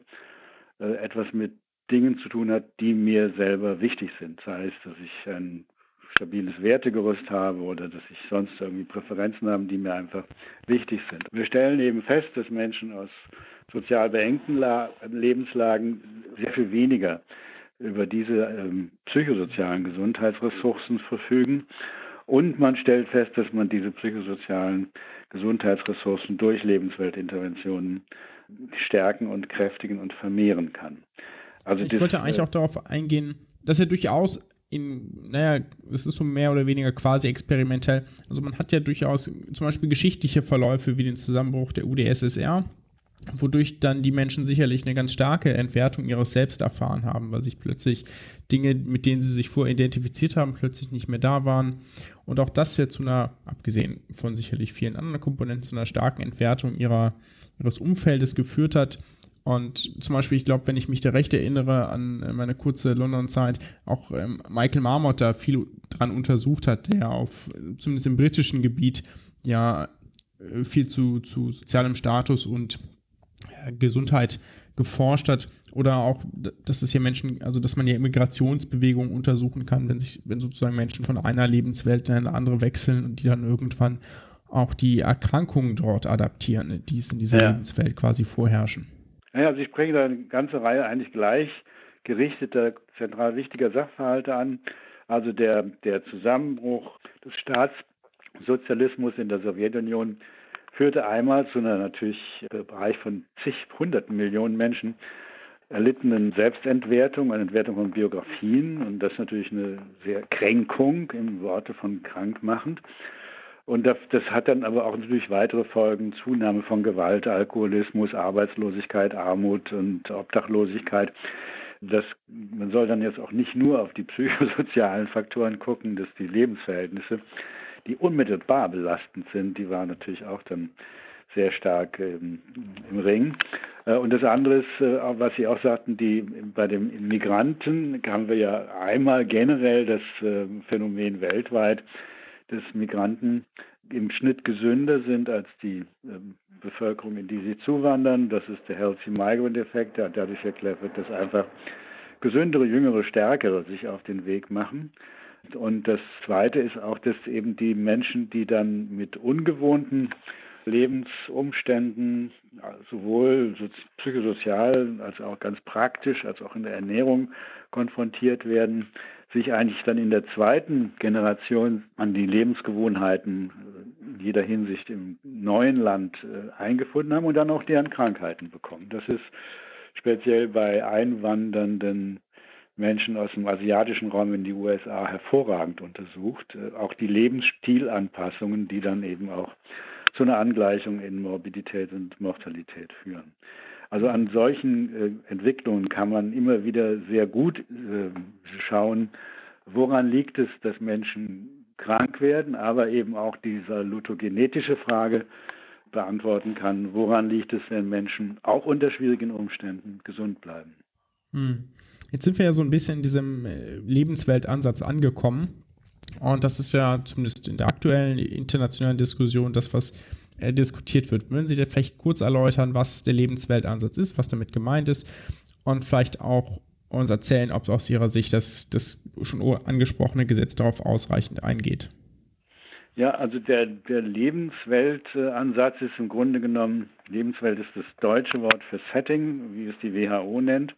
etwas mit Dingen zu tun hat, die mir selber wichtig sind. Sei es, dass ich ein stabiles Wertegerüst habe oder dass ich sonst irgendwie Präferenzen habe, die mir einfach wichtig sind. Wir stellen eben fest, dass Menschen aus sozial beengten La- Lebenslagen sehr viel weniger über diese ähm, psychosozialen Gesundheitsressourcen verfügen. Und man stellt fest, dass man diese psychosozialen Gesundheitsressourcen durch Lebensweltinterventionen stärken und kräftigen und vermehren kann. Also ich das, wollte eigentlich äh, auch darauf eingehen, dass er durchaus in, naja, es ist so mehr oder weniger quasi experimentell. Also man hat ja durchaus zum Beispiel geschichtliche Verläufe wie den Zusammenbruch der U d S S R, wodurch dann die Menschen sicherlich eine ganz starke Entwertung ihres Selbst erfahren haben, weil sich plötzlich Dinge, mit denen sie sich vorher identifiziert haben, plötzlich nicht mehr da waren. Und auch das ja zu einer, abgesehen von sicherlich vielen anderen Komponenten, zu einer starken Entwertung ihrer, ihres Umfeldes geführt hat. Und zum Beispiel, ich glaube, wenn ich mich da recht erinnere an meine kurze London-Zeit, auch ähm, Michael Marmot da viel dran untersucht hat, der auf, zumindest im britischen Gebiet, ja äh, viel zu, zu sozialem Status und äh, Gesundheit geforscht hat. Oder auch, dass es ja Menschen, also dass man ja Immigrationsbewegungen untersuchen kann, wenn sich, wenn sozusagen Menschen von einer Lebenswelt in eine andere wechseln und die dann irgendwann auch die Erkrankungen dort adaptieren, die es in dieser Ja. Lebenswelt quasi vorherrschen. Naja, Sie sprechen da eine ganze Reihe eigentlich gleich gerichteter, zentral wichtiger Sachverhalte an. Also der, der Zusammenbruch des Staatssozialismus in der Sowjetunion führte einmal zu einer natürlich im Bereich von zig, hunderten Millionen Menschen erlittenen Selbstentwertung, eine Entwertung von Biografien und das natürlich eine sehr Kränkung im Worte von krankmachend. Und das, das hat dann aber auch natürlich weitere Folgen, Zunahme von Gewalt, Alkoholismus, Arbeitslosigkeit, Armut und Obdachlosigkeit. Das, man soll dann jetzt auch nicht nur auf die psychosozialen Faktoren gucken, dass die Lebensverhältnisse, die unmittelbar belastend sind, die waren natürlich auch dann sehr stark ähm, im Ring. Äh, und das andere ist, äh, was Sie auch sagten, die, bei den Migranten haben wir ja einmal generell das äh, Phänomen weltweit, dass Migranten im Schnitt gesünder sind als die äh, Bevölkerung, in die sie zuwandern. Das ist der Healthy Migrant Effekt, der dadurch erklärt wird, dass einfach gesündere, jüngere, stärkere sich auf den Weg machen. Und das Zweite ist auch, dass eben die Menschen, die dann mit ungewohnten Lebensumständen, sowohl psychosozial als auch ganz praktisch, als auch in der Ernährung konfrontiert werden, sich eigentlich dann in der zweiten Generation an die Lebensgewohnheiten in jeder Hinsicht im neuen Land äh, eingefunden haben und dann auch deren Krankheiten bekommen. Das ist speziell bei einwandernden Menschen aus dem asiatischen Raum in die U S A hervorragend untersucht. Äh, auch die Lebensstilanpassungen, die dann eben auch zu einer Angleichung in Morbidität und Mortalität führen. Also an solchen äh, Entwicklungen kann man immer wieder sehr gut äh, schauen, woran liegt es, dass Menschen krank werden, aber eben auch diese lutogenetische Frage beantworten kann, woran liegt es, wenn Menschen auch unter schwierigen Umständen gesund bleiben. Hm. Jetzt sind wir ja so ein bisschen in diesem Lebensweltansatz angekommen und das ist ja zumindest in der aktuellen internationalen Diskussion das, was äh, diskutiert wird. Würden Sie da vielleicht kurz erläutern, was der Lebensweltansatz ist, was damit gemeint ist und vielleicht auch uns erzählen, ob aus Ihrer Sicht das, das schon angesprochene Gesetz darauf ausreichend eingeht? Ja, also der, der Lebensweltansatz ist im Grunde genommen, Lebenswelt ist das deutsche Wort für Setting, wie es die W H O nennt.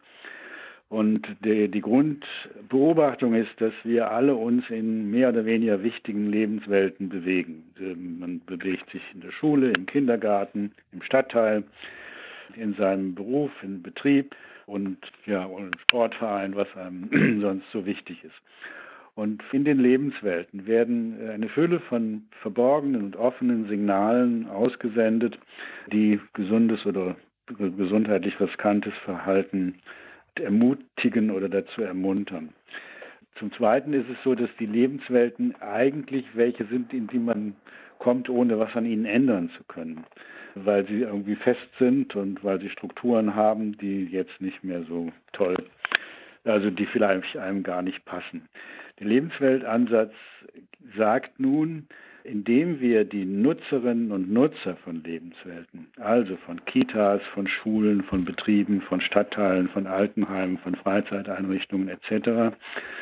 Und die, die Grundbeobachtung ist, dass wir alle uns in mehr oder weniger wichtigen Lebenswelten bewegen. Man bewegt sich in der Schule, im Kindergarten, im Stadtteil, in seinem Beruf, im Betrieb und ja, und im Sportverein, was einem sonst so wichtig ist. Und in den Lebenswelten werden eine Fülle von verborgenen und offenen Signalen ausgesendet, die gesundes oder gesundheitlich riskantes Verhalten ermutigen oder dazu ermuntern. Zum Zweiten ist es so, dass die Lebenswelten eigentlich welche sind, in die man kommt, ohne was an ihnen ändern zu können, weil sie irgendwie fest sind und weil sie Strukturen haben, die jetzt nicht mehr so toll, also die vielleicht einem gar nicht passen. Der Lebensweltansatz sagt nun, indem wir die Nutzerinnen und Nutzer von Lebenswelten, also von Kitas, von Schulen, von Betrieben, von Stadtteilen, von Altenheimen, von Freizeiteinrichtungen et cetera,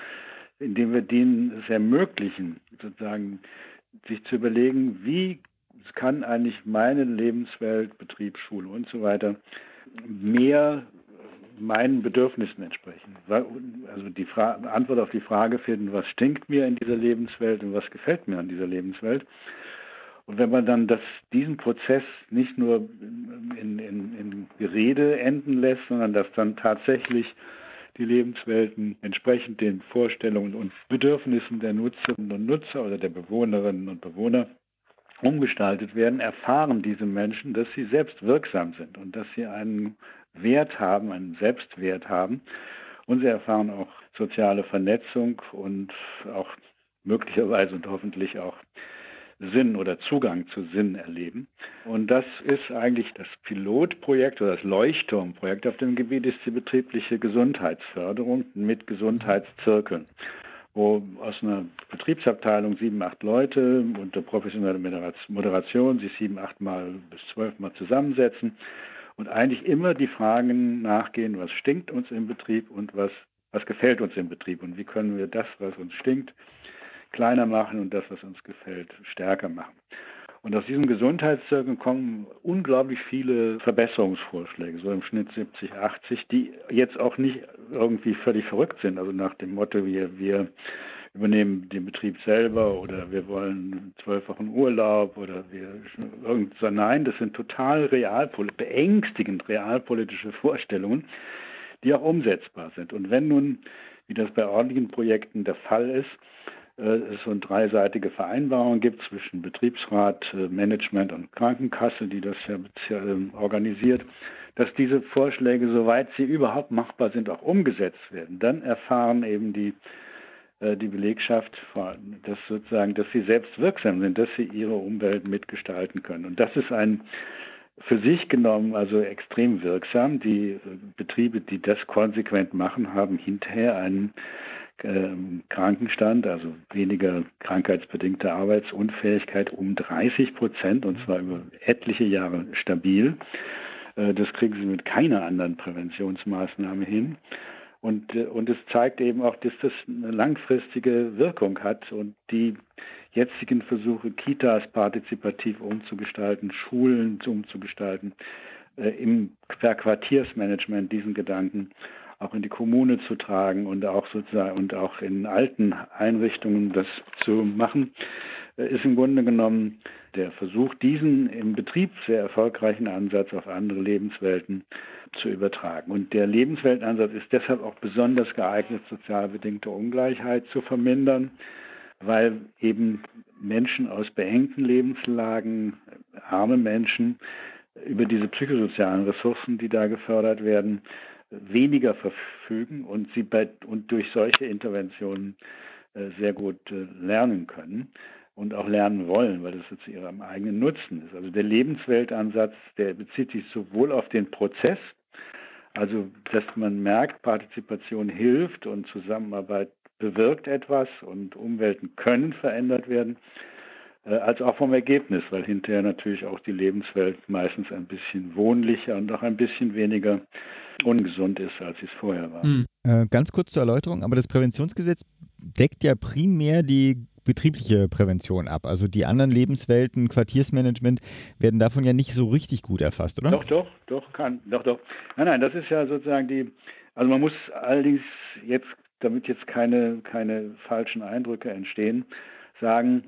indem wir denen es ermöglichen, sozusagen sich zu überlegen, wie kann eigentlich meine Lebenswelt, Betrieb, Schule und so weiter mehr meinen Bedürfnissen entsprechen. Also die Fra- Antwort auf die Frage finden, was stinkt mir in dieser Lebenswelt und was gefällt mir an dieser Lebenswelt. Und wenn man dann das, diesen Prozess nicht nur in, in, in Gerede enden lässt, sondern dass dann tatsächlich die Lebenswelten entsprechend den Vorstellungen und Bedürfnissen der Nutzerinnen und Nutzer oder der Bewohnerinnen und Bewohner umgestaltet werden, erfahren diese Menschen, dass sie selbst wirksam sind und dass sie einen Wert haben, einen Selbstwert haben. Und sie erfahren auch soziale Vernetzung und auch möglicherweise und hoffentlich auch Sinn oder Zugang zu Sinn erleben. Und das ist eigentlich das Pilotprojekt oder das Leuchtturmprojekt auf dem Gebiet ist die betriebliche Gesundheitsförderung mit Gesundheitszirkeln, wo aus einer Betriebsabteilung sieben, acht Leute unter professioneller Moderation sich sieben, acht Mal bis zwölf Mal zusammensetzen und eigentlich immer die Fragen nachgehen, was stinkt uns im Betrieb und was, was gefällt uns im Betrieb und wie können wir das, was uns stinkt, kleiner machen und das, was uns gefällt, stärker machen. Und aus diesem Gesundheitszirkel kommen unglaublich viele Verbesserungsvorschläge, so im Schnitt siebzig, achtzig, die jetzt auch nicht irgendwie völlig verrückt sind, also nach dem Motto, wir, wir übernehmen den Betrieb selber oder wir wollen zwölf Wochen Urlaub oder wir irgend so. Nein, das sind total realpolitisch, beängstigend realpolitische Vorstellungen, die auch umsetzbar sind. Und wenn nun, wie das bei ordentlichen Projekten der Fall ist, es so eine dreiseitige Vereinbarung gibt zwischen Betriebsrat, Management und Krankenkasse, die das ja organisiert, dass diese Vorschläge, soweit sie überhaupt machbar sind, auch umgesetzt werden. Dann erfahren eben die, die Belegschaft, dass sozusagen, dass sie selbst wirksam sind, dass sie ihre Umwelt mitgestalten können. Und das ist ein für sich genommen also extrem wirksam. Die Betriebe, die das konsequent machen, haben hinterher einen Krankenstand, also weniger krankheitsbedingte Arbeitsunfähigkeit um dreißig Prozent und zwar über etliche Jahre stabil. Das kriegen sie mit keiner anderen Präventionsmaßnahme hin. Und, und es zeigt eben auch, dass das eine langfristige Wirkung hat und die jetzigen Versuche, Kitas partizipativ umzugestalten, Schulen umzugestalten, im Verquartiersmanagement diesen Gedanken auch in die Kommune zu tragen und auch sozusagen und auch in alten Einrichtungen das zu machen, ist im Grunde genommen der Versuch, diesen im Betrieb sehr erfolgreichen Ansatz auf andere Lebenswelten zu übertragen. Und der Lebensweltansatz ist deshalb auch besonders geeignet, sozial bedingte Ungleichheit zu vermindern, weil eben Menschen aus beengten Lebenslagen, arme Menschen, über diese psychosozialen Ressourcen, die da gefördert werden, weniger verfügen und sie bei, und durch solche Interventionen äh, sehr gut äh, lernen können und auch lernen wollen, weil das zu ihrem eigenen Nutzen ist. Also der Lebensweltansatz, der bezieht sich sowohl auf den Prozess, also dass man merkt, Partizipation hilft und Zusammenarbeit bewirkt etwas und Umwelten können verändert werden, äh, als auch vom Ergebnis, weil hinterher natürlich auch die Lebenswelt meistens ein bisschen wohnlicher und auch ein bisschen weniger ungesund ist, als es vorher war. Mhm. Äh, ganz kurz zur Erläuterung, aber das Präventionsgesetz deckt ja primär die betriebliche Prävention ab. Also die anderen Lebenswelten, Quartiersmanagement werden davon ja nicht so richtig gut erfasst, oder? Doch, doch, doch, kann, doch, doch. Nein, nein, das ist ja sozusagen die, also man muss allerdings jetzt, damit jetzt keine, keine falschen Eindrücke entstehen, sagen,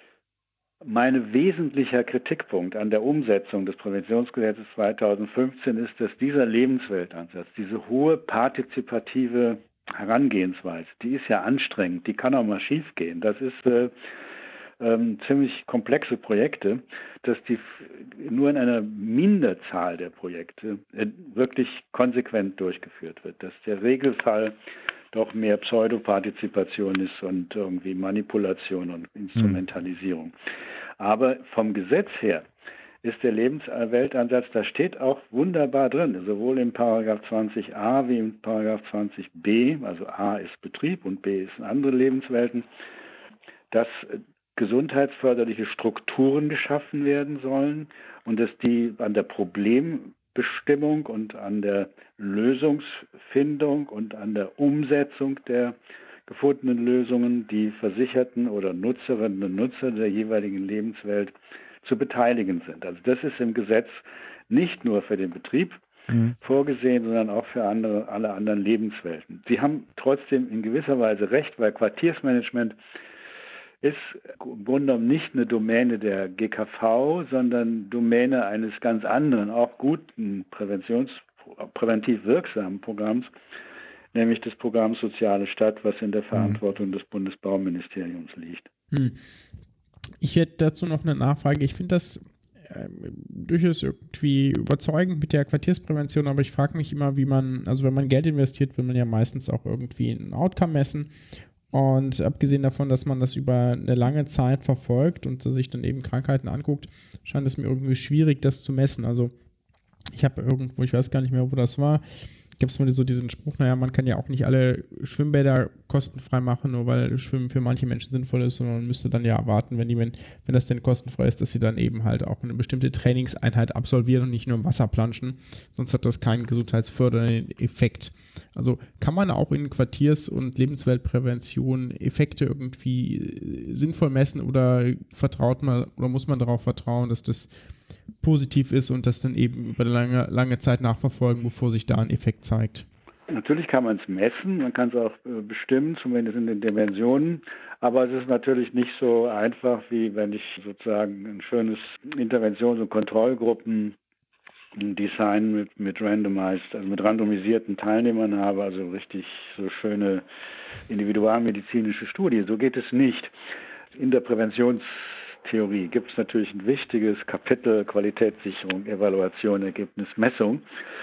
mein wesentlicher Kritikpunkt an der Umsetzung des Präventionsgesetzes zweitausendfünfzehn ist, dass dieser Lebensweltansatz, diese hohe partizipative Herangehensweise, die ist ja anstrengend, die kann auch mal schief gehen. Das ist, äh, ähm, ziemlich komplexe Projekte, dass die nur in einer Minderzahl der Projekte äh, wirklich konsequent durchgeführt wird, dass der Regelfall doch mehr Pseudopartizipation ist und irgendwie Manipulation und Instrumentalisierung. Mhm. Aber vom Gesetz her ist der Lebensweltansatz, da steht auch wunderbar drin, sowohl im Paragraph zwanzig a wie im Paragraph zwanzig b, also A ist Betrieb und B ist andere Lebenswelten, dass gesundheitsförderliche Strukturen geschaffen werden sollen und dass die an der Problembestimmung und an der Lösungsfindung und an der Umsetzung der gefundenen Lösungen die Versicherten oder Nutzerinnen und Nutzer der jeweiligen Lebenswelt zu beteiligen sind. Also das ist im Gesetz nicht nur für den Betrieb mhm. vorgesehen, sondern auch für andere, alle anderen Lebenswelten. Sie haben trotzdem in gewisser Weise recht, weil Quartiersmanagement ist im Grunde genommen nicht eine Domäne der G K V, sondern Domäne eines ganz anderen, auch guten Präventions, präventiv wirksamen Programms, nämlich das Programm Soziale Stadt, was in der Verantwortung des Bundesbauministeriums liegt. Hm. Ich hätte dazu noch eine Nachfrage. Ich finde das äh, durchaus irgendwie überzeugend mit der Quartiersprävention, aber ich frage mich immer, wie man, also wenn man Geld investiert, will man ja meistens auch irgendwie ein Outcome messen. Und abgesehen davon, dass man das über eine lange Zeit verfolgt und sich dann eben Krankheiten anguckt, scheint es mir irgendwie schwierig, das zu messen. Also ich habe irgendwo, ich weiß gar nicht mehr, wo das war, gibt es mal so diesen Spruch, naja, man kann ja auch nicht alle Schwimmbäder kostenfrei machen, nur weil Schwimmen für manche Menschen sinnvoll ist, sondern man müsste dann ja erwarten, wenn, die, wenn, wenn das denn kostenfrei ist, dass sie dann eben halt auch eine bestimmte Trainingseinheit absolvieren und nicht nur im Wasser planschen, sonst hat das keinen gesundheitsfördernden Effekt. Also kann man auch in Quartiers- und Lebensweltprävention Effekte irgendwie sinnvoll messen oder vertraut man oder muss man darauf vertrauen, dass das positiv ist und das dann eben über eine lange, lange Zeit nachverfolgen, bevor sich da ein Effekt zeigt? Natürlich kann man es messen, man kann es auch äh, bestimmen, zumindest in den Dimensionen, aber es ist natürlich nicht so einfach, wie wenn ich sozusagen ein schönes Interventions- und Kontrollgruppen Design mit, mit randomized, also mit randomisierten Teilnehmern habe, also richtig so schöne individualmedizinische Studie. So geht es nicht. In der Präventionstheorie gibt es natürlich ein wichtiges Kapitel Qualitätssicherung, Evaluation, Ergebnismessung.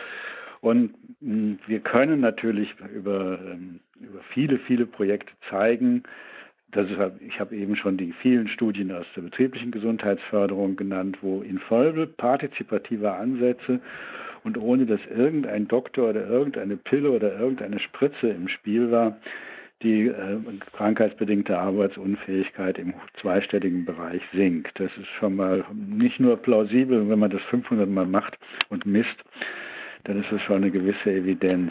Und mh, wir können natürlich über, ähm, über viele, viele Projekte zeigen, dass ich, ich habe eben schon die vielen Studien aus der betrieblichen Gesundheitsförderung genannt, wo infolge partizipativer Ansätze und ohne dass irgendein Doktor oder irgendeine Pille oder irgendeine Spritze im Spiel war, die äh, krankheitsbedingte Arbeitsunfähigkeit im zweistelligen Bereich sinkt. Das ist schon mal nicht nur plausibel, wenn man das fünfhundert Mal macht und misst, dann ist das schon eine gewisse Evidenz.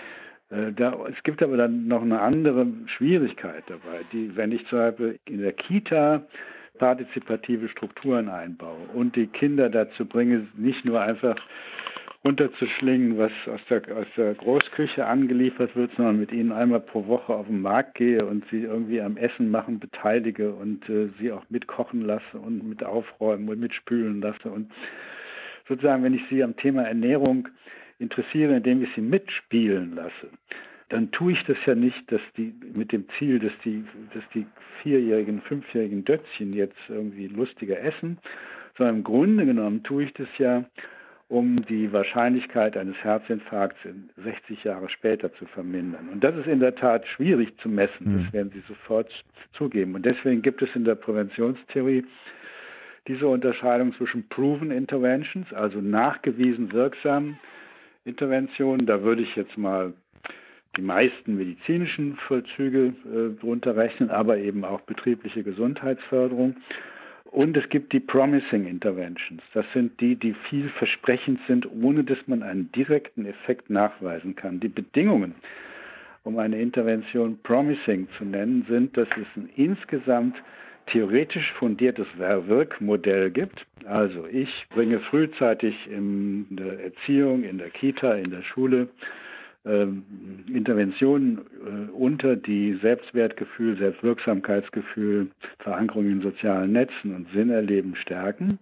Äh, da, es gibt aber dann noch eine andere Schwierigkeit dabei, die, wenn ich zum Beispiel in der Kita partizipative Strukturen einbaue und die Kinder dazu bringe, nicht nur einfach runterzuschlingen, was aus der, aus der Großküche angeliefert wird, sondern mit ihnen einmal pro Woche auf den Markt gehe und sie irgendwie am Essen machen beteilige und äh, sie auch mitkochen lasse und mit aufräumen und mitspülen lasse. Und sozusagen, wenn ich sie am Thema Ernährung interessiere, indem ich sie mitspielen lasse, dann tue ich das ja nicht, dass die mit dem Ziel, dass die, dass die vierjährigen, fünfjährigen Dötzchen jetzt irgendwie lustiger essen, sondern im Grunde genommen tue ich das ja, um die Wahrscheinlichkeit eines Herzinfarkts sechzig Jahre später zu vermindern. Und das ist in der Tat schwierig zu messen, mhm. Das werden Sie sofort zugeben. Und deswegen gibt es in der Präventionstheorie diese Unterscheidung zwischen Proven Interventions, also nachgewiesen wirksamen Interventionen. Da würde ich jetzt mal die meisten medizinischen Vollzüge äh, drunter rechnen, aber eben auch betriebliche Gesundheitsförderung. Und es gibt die Promising Interventions. Das sind die, die vielversprechend sind, ohne dass man einen direkten Effekt nachweisen kann. Die Bedingungen, um eine Intervention Promising zu nennen, sind, dass es ein insgesamt theoretisch fundiertes Wirkmodell gibt. Also ich bringe frühzeitig in der Erziehung, in der Kita, in der Schule äh, Interventionen äh, unter, die Selbstwertgefühl, Selbstwirksamkeitsgefühl, Verankerung in sozialen Netzen und Sinnerleben stärken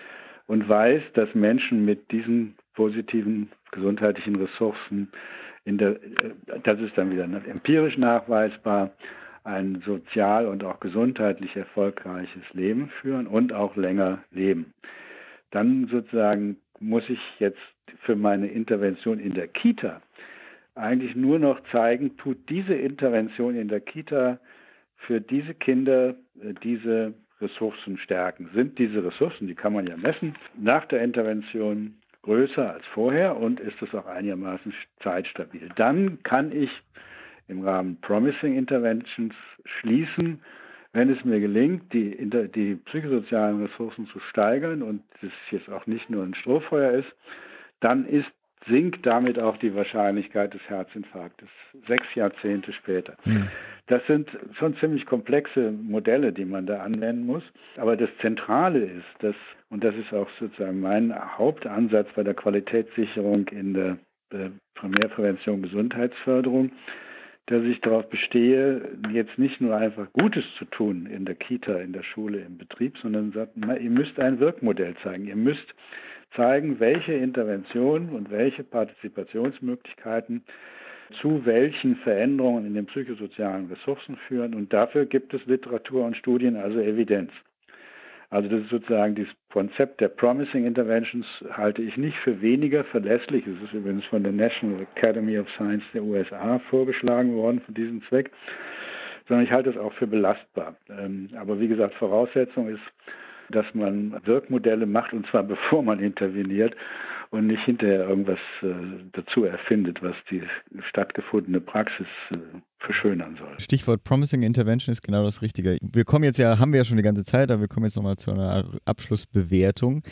und weiß, dass Menschen mit diesen positiven gesundheitlichen Ressourcen, in der, äh, das ist dann wieder empirisch nachweisbar, ein sozial und auch gesundheitlich erfolgreiches Leben führen und auch länger leben. Dann sozusagen muss ich jetzt für meine Intervention in der Kita eigentlich nur noch zeigen, tut diese Intervention in der Kita für diese Kinder äh, diese Ressourcen stärken. Sind diese Ressourcen, die kann man ja messen, nach der Intervention größer als vorher und ist es auch einigermaßen zeitstabil. Dann kann ich im Rahmen Promising Interventions schließen, wenn es mir gelingt, die, die psychosozialen Ressourcen zu steigern und das jetzt auch nicht nur ein Strohfeuer ist, dann ist, sinkt damit auch die Wahrscheinlichkeit des Herzinfarktes sechs Jahrzehnte später. Mhm. Das sind schon ziemlich komplexe Modelle, die man da anwenden muss. Aber das Zentrale ist, dass, und das ist auch sozusagen mein Hauptansatz bei der Qualitätssicherung in der äh, Primärprävention, Gesundheitsförderung, dass ich darauf bestehe, jetzt nicht nur einfach Gutes zu tun in der Kita, in der Schule, im Betrieb, sondern sagt, na, ihr müsst ein Wirkmodell zeigen. Ihr müsst zeigen, welche Interventionen und welche Partizipationsmöglichkeiten zu welchen Veränderungen in den psychosozialen Ressourcen führen. Und dafür gibt es Literatur und Studien, also Evidenz. Also das ist sozusagen das Konzept der Promising Interventions, halte ich nicht für weniger verlässlich. Es ist übrigens von der National Academy of Science der U S A vorgeschlagen worden für diesen Zweck, sondern ich halte es auch für belastbar. Aber wie gesagt, Voraussetzung ist, dass man Wirkmodelle macht, und zwar bevor man interveniert und nicht hinterher irgendwas äh, dazu erfindet, was die stattgefundene Praxis äh, verschönern soll. Stichwort Promising Intervention ist genau das Richtige. Wir kommen jetzt ja, haben wir ja schon die ganze Zeit, aber wir kommen jetzt nochmal zu einer Abschlussbewertung.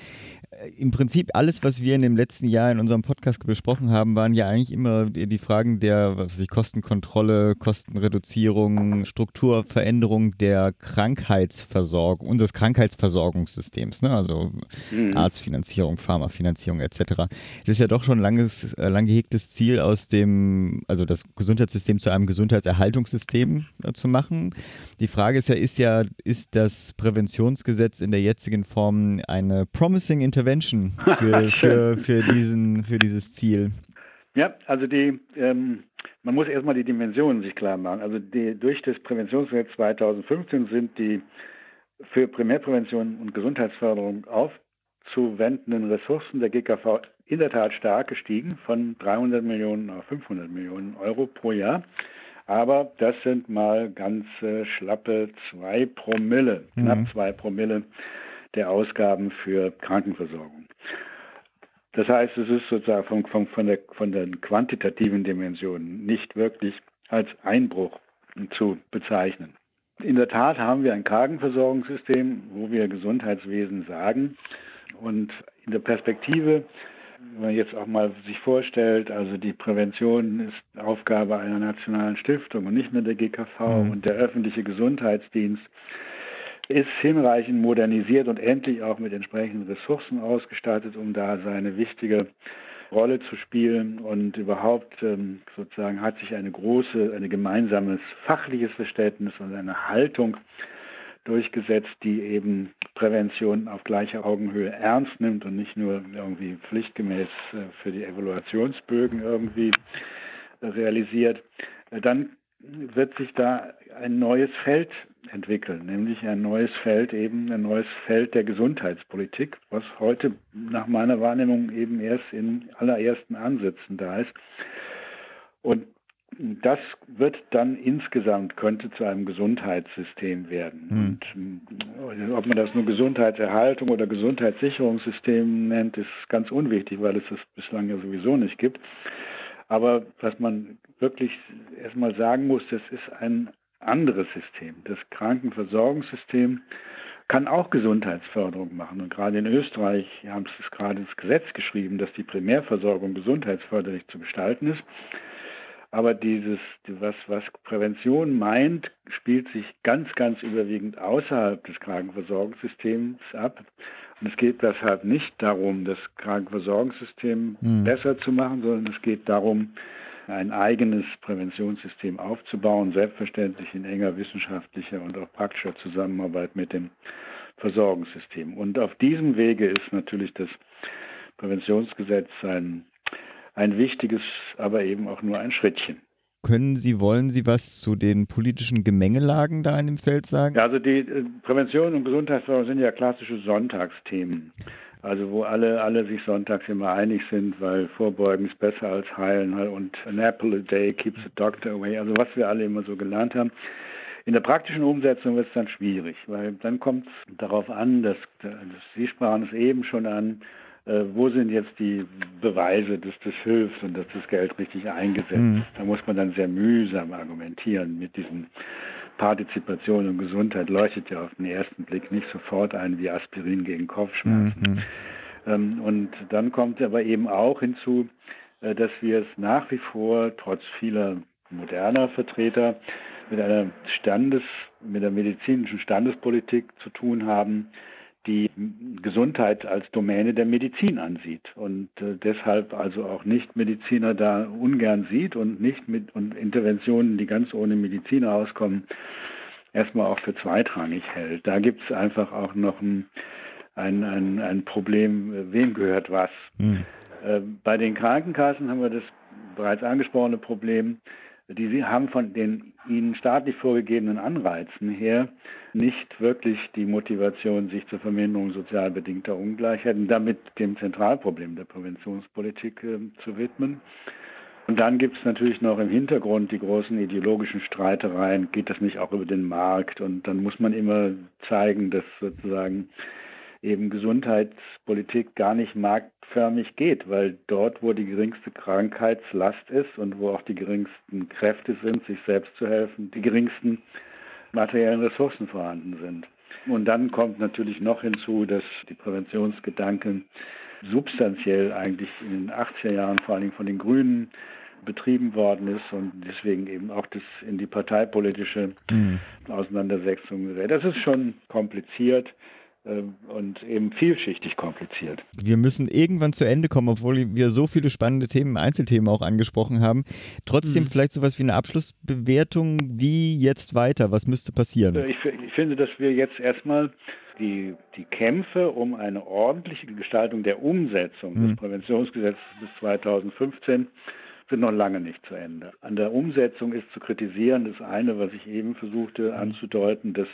Im Prinzip alles, was wir in dem letzten Jahr in unserem Podcast besprochen haben, waren ja eigentlich immer die Fragen der, was weiß ich, Kostenkontrolle, Kostenreduzierung, Strukturveränderung der Krankheitsversorgung, unseres Krankheitsversorgungssystems, ne? Also mhm. Arztfinanzierung, Pharmafinanzierung et cetera. Das ist ja doch schon ein langes, lang gehegtes Ziel aus dem, also das Gesundheitssystem zu einem Gesundheitserhaltungssystem äh, zu machen. Die Frage ist ja, ist ja, ist das Präventionsgesetz in der jetzigen Form eine Promising Intervention für, für, für, diesen, für dieses Ziel? Ja, also die, ähm, man muss erstmal die Dimensionen sich klar machen. Also die, durch das Präventionsgesetz zweitausendfünfzehn sind die für Primärprävention und Gesundheitsförderung aufzuwendenden Ressourcen der G K V in der Tat stark gestiegen, von dreihundert Millionen auf fünfhundert Millionen Euro pro Jahr. Aber das sind mal ganz äh, schlappe zwei Promille, mhm. knapp zwei Promille der Ausgaben für Krankenversorgung. Das heißt, es ist sozusagen von, von, von, der, von den quantitativen Dimensionen nicht wirklich als Einbruch zu bezeichnen. In der Tat haben wir ein Krankenversorgungssystem, wo wir Gesundheitswesen sagen, und in der Perspektive, wenn man jetzt auch mal sich vorstellt, also die Prävention ist Aufgabe einer nationalen Stiftung und nicht mehr der G K V, mhm. und der öffentliche Gesundheitsdienst ist hinreichend modernisiert und endlich auch mit entsprechenden Ressourcen ausgestattet, um da seine wichtige Rolle zu spielen, und überhaupt ähm, sozusagen hat sich eine große, ein gemeinsames fachliches Verständnis und eine Haltung durchgesetzt, die eben Prävention auf gleicher Augenhöhe ernst nimmt und nicht nur irgendwie pflichtgemäß äh, für die Evaluationsbögen irgendwie äh, realisiert. Äh, dann wird sich da ein neues Feld entwickeln, nämlich ein neues Feld, eben ein neues Feld der Gesundheitspolitik, was heute nach meiner Wahrnehmung eben erst in allerersten Ansätzen da ist. Und das wird dann insgesamt, könnte zu einem Gesundheitssystem werden. Mhm. Und ob man das nur Gesundheitserhaltung oder Gesundheitssicherungssystem nennt, ist ganz unwichtig, weil es das bislang ja sowieso nicht gibt. Aber was man wirklich erstmal sagen muss, das ist ein anderes System. Das Krankenversorgungssystem kann auch Gesundheitsförderung machen. Und gerade in Österreich haben sie es gerade ins Gesetz geschrieben, dass die Primärversorgung gesundheitsförderlich zu gestalten ist. Aber dieses, was, was Prävention meint, spielt sich ganz, ganz überwiegend außerhalb des Krankenversorgungssystems ab. Und es geht deshalb nicht darum, das Krankenversorgungssystem mhm. besser zu machen, sondern es geht darum, ein eigenes Präventionssystem aufzubauen, selbstverständlich in enger wissenschaftlicher und auch praktischer Zusammenarbeit mit dem Versorgungssystem. Und auf diesem Wege ist natürlich das Präventionsgesetz ein, ein wichtiges, aber eben auch nur ein Schrittchen. Können Sie, wollen Sie was zu den politischen Gemengelagen da in dem Feld sagen? Ja, also die äh, Prävention und Gesundheitsförderung sind ja klassische Sonntagsthemen. Also wo alle, alle sich sonntags immer einig sind, weil Vorbeugen ist besser als Heilen und an apple a day keeps the doctor away. Also was wir alle immer so gelernt haben. In der praktischen Umsetzung wird es dann schwierig, weil dann kommt es darauf an, dass, dass Sie sprachen es eben schon an, äh, wo sind jetzt die Beweise, dass das hilft und dass das Geld richtig eingesetzt Mhm. ist. Da muss man dann sehr mühsam argumentieren mit diesen Partizipation und Gesundheit leuchtet ja auf den ersten Blick nicht sofort ein wie Aspirin gegen Kopfschmerzen. Mhm. Ähm, und dann kommt aber eben auch hinzu, äh, dass wir es nach wie vor, trotz vieler moderner Vertreter, mit einer Standes, mit der medizinischen Standespolitik zu tun haben, die Gesundheit als Domäne der Medizin ansieht und äh, deshalb also auch Nicht-Mediziner da ungern sieht und nicht mit und Interventionen, die ganz ohne Mediziner auskommen, erstmal auch für zweitrangig hält. Da gibt es einfach auch noch ein, ein, ein, ein Problem, äh, wem gehört was. Mhm. Äh, bei den Krankenkassen haben wir das bereits angesprochene Problem, die sie haben von den ihnen staatlich vorgegebenen Anreizen her nicht wirklich die Motivation, sich zur Verminderung sozial bedingter Ungleichheit und damit dem Zentralproblem der Präventionspolitik äh, zu widmen. Und dann gibt es natürlich noch im Hintergrund die großen ideologischen Streitereien, geht das nicht auch über den Markt? Und dann muss man immer zeigen, dass sozusagen eben Gesundheitspolitik gar nicht marktförmig geht, weil dort, wo die geringste Krankheitslast ist und wo auch die geringsten Kräfte sind, sich selbst zu helfen, die geringsten materiellen Ressourcen vorhanden sind. Und dann kommt natürlich noch hinzu, dass die Präventionsgedanken substanziell eigentlich in den achtziger Jahren vor allem von den Grünen betrieben worden ist und deswegen eben auch das in die parteipolitische Mhm. Auseinandersetzung gerät. Das ist schon kompliziert und eben vielschichtig kompliziert. Wir müssen irgendwann zu Ende kommen, obwohl wir so viele spannende Themen, Einzelthemen auch angesprochen haben. Trotzdem Mhm. vielleicht sowas wie eine Abschlussbewertung, wie jetzt weiter, was müsste passieren? Ich, ich finde, dass wir jetzt erstmal die, die Kämpfe um eine ordentliche Gestaltung der Umsetzung Mhm. des Präventionsgesetzes bis zweitausendfünfzehn sind noch lange nicht zu Ende. An der Umsetzung ist zu kritisieren das eine, was ich eben versuchte anzudeuten, dass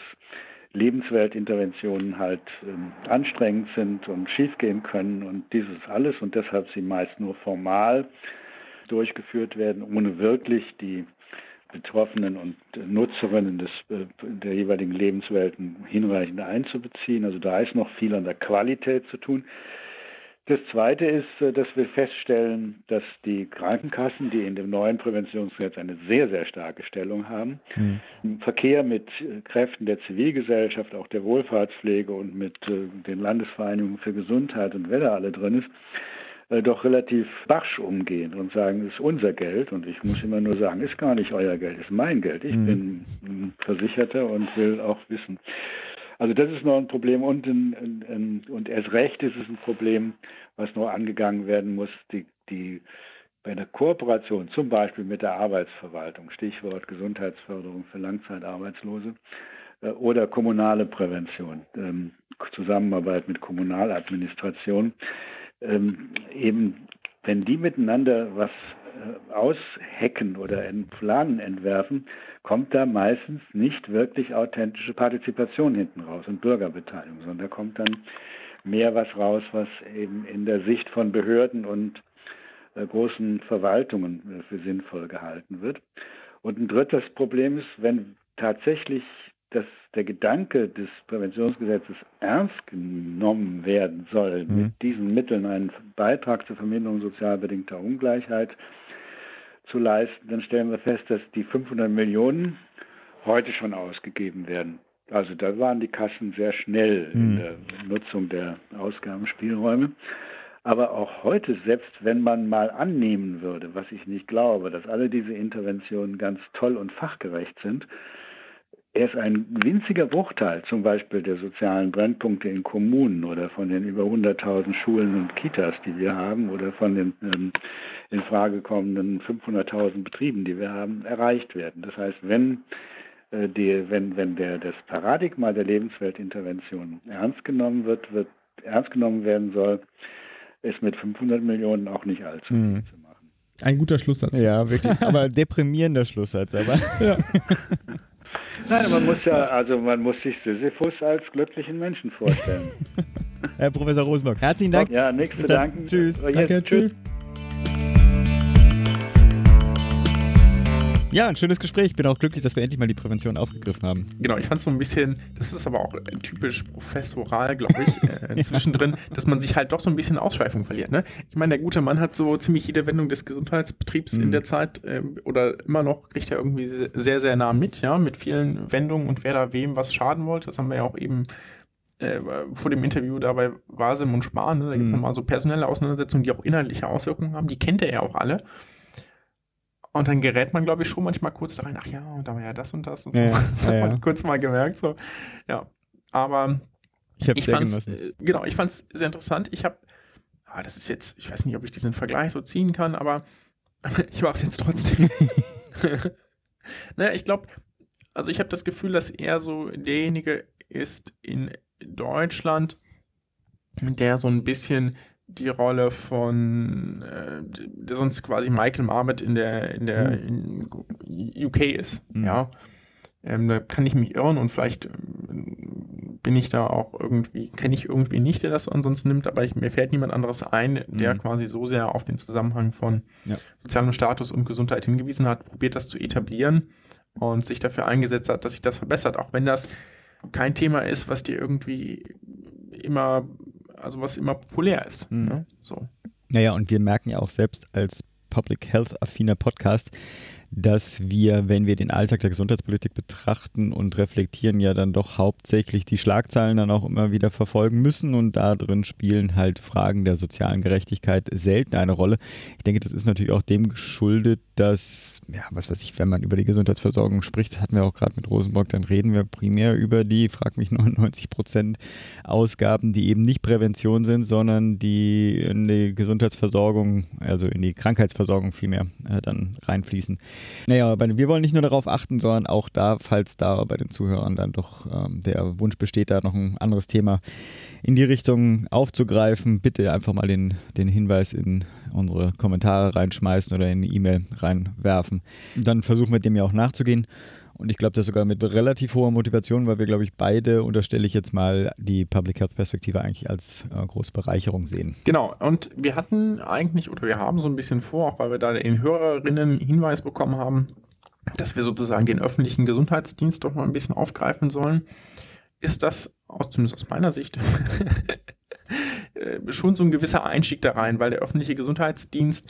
Lebensweltinterventionen halt ähm, anstrengend sind und schiefgehen können und dieses alles und deshalb sie meist nur formal durchgeführt werden, ohne wirklich die Betroffenen und Nutzerinnen des, äh, der jeweiligen Lebenswelten hinreichend einzubeziehen. Also da ist noch viel an der Qualität zu tun. Das Zweite ist, dass wir feststellen, dass die Krankenkassen, die in dem neuen Präventionsgesetz eine sehr, sehr starke Stellung haben, Mhm. im Verkehr mit Kräften der Zivilgesellschaft, auch der Wohlfahrtspflege und mit äh, den Landesvereinigungen für Gesundheit und wer da alle drin ist, äh, doch relativ barsch umgehen und sagen, es ist unser Geld. Und ich muss immer nur sagen, ist gar nicht euer Geld, ist mein Geld. Ich Mhm. bin ein Versicherter und will auch wissen. Also das ist noch ein Problem und, ein, ein, ein, und erst recht ist es ein Problem, was noch angegangen werden muss, die, die bei der Kooperation zum Beispiel mit der Arbeitsverwaltung, Stichwort Gesundheitsförderung für Langzeitarbeitslose äh, oder kommunale Prävention, ähm, Zusammenarbeit mit Kommunaladministration, ähm, eben wenn die miteinander was äh, aushacken oder einen Plan entwerfen, kommt da meistens nicht wirklich authentische Partizipation hinten raus und Bürgerbeteiligung, sondern da kommt dann mehr was raus, was eben in der Sicht von Behörden und äh, großen Verwaltungen äh, für sinnvoll gehalten wird. Und ein drittes Problem ist, wenn tatsächlich dass der Gedanke des Präventionsgesetzes ernst genommen werden soll, Mhm. mit diesen Mitteln einen Beitrag zur Verminderung sozial bedingter Ungleichheit zu leisten, dann stellen wir fest, dass die fünfhundert Millionen heute schon ausgegeben werden. Also da waren die Kassen sehr schnell Mhm. in der Nutzung der Ausgabenspielräume. Aber auch heute, selbst wenn man mal annehmen würde, was ich nicht glaube, dass alle diese Interventionen ganz toll und fachgerecht sind, erst ein winziger Bruchteil, zum Beispiel der sozialen Brennpunkte in Kommunen oder von den über hunderttausend Schulen und Kitas, die wir haben, oder von den ähm, in Frage kommenden fünfhunderttausend Betrieben, die wir haben, erreicht werden. Das heißt, wenn, äh, die, wenn, wenn der, das Paradigma der Lebensweltintervention ernst genommen wird, wird ernst genommen werden soll, ist mit fünfhundert Millionen auch nicht allzu viel Mhm. zu machen. Ein guter Schlusssatz. Ja, wirklich. Aber deprimierender Schlusssatz. Aber Ja. Nein, man muss ja, also man muss sich Sisyphus als glücklichen Menschen vorstellen. Herr Professor Rosenberg, herzlichen Dank. Ja, nichts zu Bis dann. danken. Tschüss. Jetzt, Danke, tschüss. Ja, ein schönes Gespräch. Ich bin auch glücklich, dass wir endlich mal die Prävention aufgegriffen haben. Genau, ich fand es so ein bisschen, das ist aber auch typisch professoral, glaube ich, äh, zwischendrin, dass man sich halt doch so ein bisschen Ausschweifung verliert. Ne? Ich meine, der gute Mann hat so ziemlich jede Wendung des Gesundheitsbetriebs Mhm. in der Zeit äh, oder immer noch kriegt er irgendwie sehr, sehr nah mit, ja, mit vielen Wendungen und wer da wem was schaden wollte. Das haben wir ja auch eben äh, vor dem Interview da bei Wasem und Spahn. Ne? Da gibt es Mhm. nochmal so personelle Auseinandersetzungen, die auch inhaltliche Auswirkungen haben. Die kennt er ja auch alle. Und dann gerät man, glaube ich, schon manchmal kurz da rein, ach ja, und da war ja das und das und so. Ja, Das hat ja, man ja. kurz mal gemerkt. So. Ja, aber Ich habe ich sehr fand's, genossen. äh, genau, ich fand es sehr interessant. Ich habe, ah, das ist jetzt, ich weiß nicht, ob ich diesen Vergleich so ziehen kann, aber ich mache es jetzt trotzdem. Naja, ich glaube, also ich habe das Gefühl, dass er so derjenige ist in Deutschland, der so ein bisschen die Rolle von, äh, der sonst quasi Michael Marmot in der, in der in U K ist, Mhm. ja. Ähm, da kann ich mich irren und vielleicht ähm, bin ich da auch irgendwie, kenne ich irgendwie nicht, der das ansonsten nimmt, aber ich, mir fällt niemand anderes ein, der Mhm. quasi so sehr auf den Zusammenhang von Ja. sozialem Status und Gesundheit hingewiesen hat, probiert das zu etablieren und sich dafür eingesetzt hat, dass sich das verbessert, auch wenn das kein Thema ist, was dir irgendwie immer, also was immer populär ist. Mhm. Ne? So. Naja, und wir merken ja auch selbst als Public Health-affiner Podcast, dass wir, wenn wir den Alltag der Gesundheitspolitik betrachten und reflektieren, ja dann doch hauptsächlich die Schlagzeilen dann auch immer wieder verfolgen müssen und da drin spielen halt Fragen der sozialen Gerechtigkeit selten eine Rolle. Ich denke, das ist natürlich auch dem geschuldet, dass, ja, was weiß ich, wenn man über die Gesundheitsversorgung spricht, hatten wir auch gerade mit Rosenberg, dann reden wir primär über die, frag mich, neunundneunzig Prozent Ausgaben, die eben nicht Prävention sind, sondern die in die Gesundheitsversorgung, also in die Krankheitsversorgung vielmehr äh, dann reinfließen. Naja, aber wir wollen nicht nur darauf achten, sondern auch da, falls da bei den Zuhörern dann doch ähm, der Wunsch besteht, da noch ein anderes Thema in die Richtung aufzugreifen, bitte einfach mal den, den Hinweis in unsere Kommentare reinschmeißen oder in eine E-Mail reinwerfen. Dann versuchen wir dem ja auch nachzugehen. Und ich glaube, das sogar mit relativ hoher Motivation, weil wir, glaube ich, beide, unterstelle ich jetzt mal, die Public Health Perspektive eigentlich als äh, große Bereicherung sehen. Genau, und wir hatten eigentlich, oder wir haben so ein bisschen vor, auch weil wir da den Hörerinnen Hinweis bekommen haben, dass wir sozusagen den öffentlichen Gesundheitsdienst doch mal ein bisschen aufgreifen sollen, ist das, aus, zumindest aus meiner Sicht, schon so ein gewisser Einstieg da rein, weil der öffentliche Gesundheitsdienst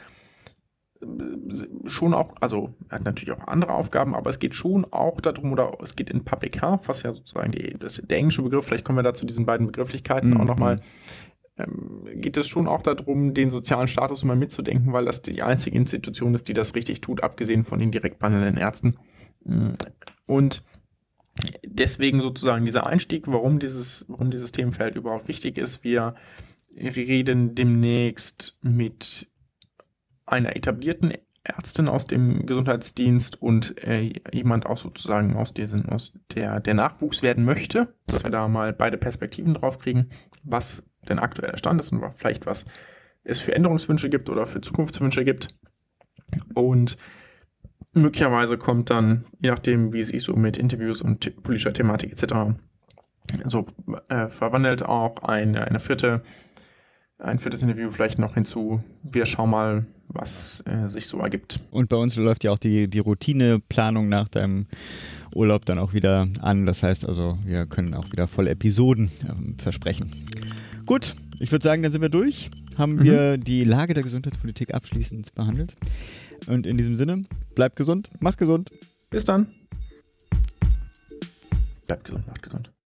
schon auch, also er hat natürlich auch andere Aufgaben, aber es geht schon auch darum, oder es geht in Public Health, was ja sozusagen die, das, der englische Begriff, vielleicht kommen wir da zu diesen beiden Begrifflichkeiten Mhm. auch nochmal, ähm, geht es schon auch darum, den sozialen Status mal mitzudenken, weil das die einzige Institution ist, die das richtig tut, abgesehen von den direkt behandelnden Ärzten. Und deswegen sozusagen dieser Einstieg, warum dieses, warum dieses Themenfeld überhaupt wichtig ist. Wir reden demnächst mit einer etablierten Ärztin aus dem Gesundheitsdienst und äh, jemand auch sozusagen aus, diesen, aus der, der Nachwuchs werden möchte, dass wir da mal beide Perspektiven drauf kriegen, was denn aktueller Stand ist und vielleicht was es für Änderungswünsche gibt oder für Zukunftswünsche gibt. Und möglicherweise kommt dann, je nachdem, wie sich so mit Interviews und te- politischer Thematik et cetera so äh, verwandelt, auch eine, eine vierte, ein viertes Interview vielleicht noch hinzu. Wir schauen mal, was äh, sich so ergibt. Und bei uns läuft ja auch die, die Routineplanung nach deinem Urlaub dann auch wieder an. Das heißt also, wir können auch wieder volle Episoden ähm, versprechen. Gut, ich würde sagen, dann sind wir durch. Haben Mhm. wir die Lage der Gesundheitspolitik abschließend behandelt. Und in diesem Sinne, bleibt gesund, macht gesund. Bis dann. Bleibt gesund, macht gesund.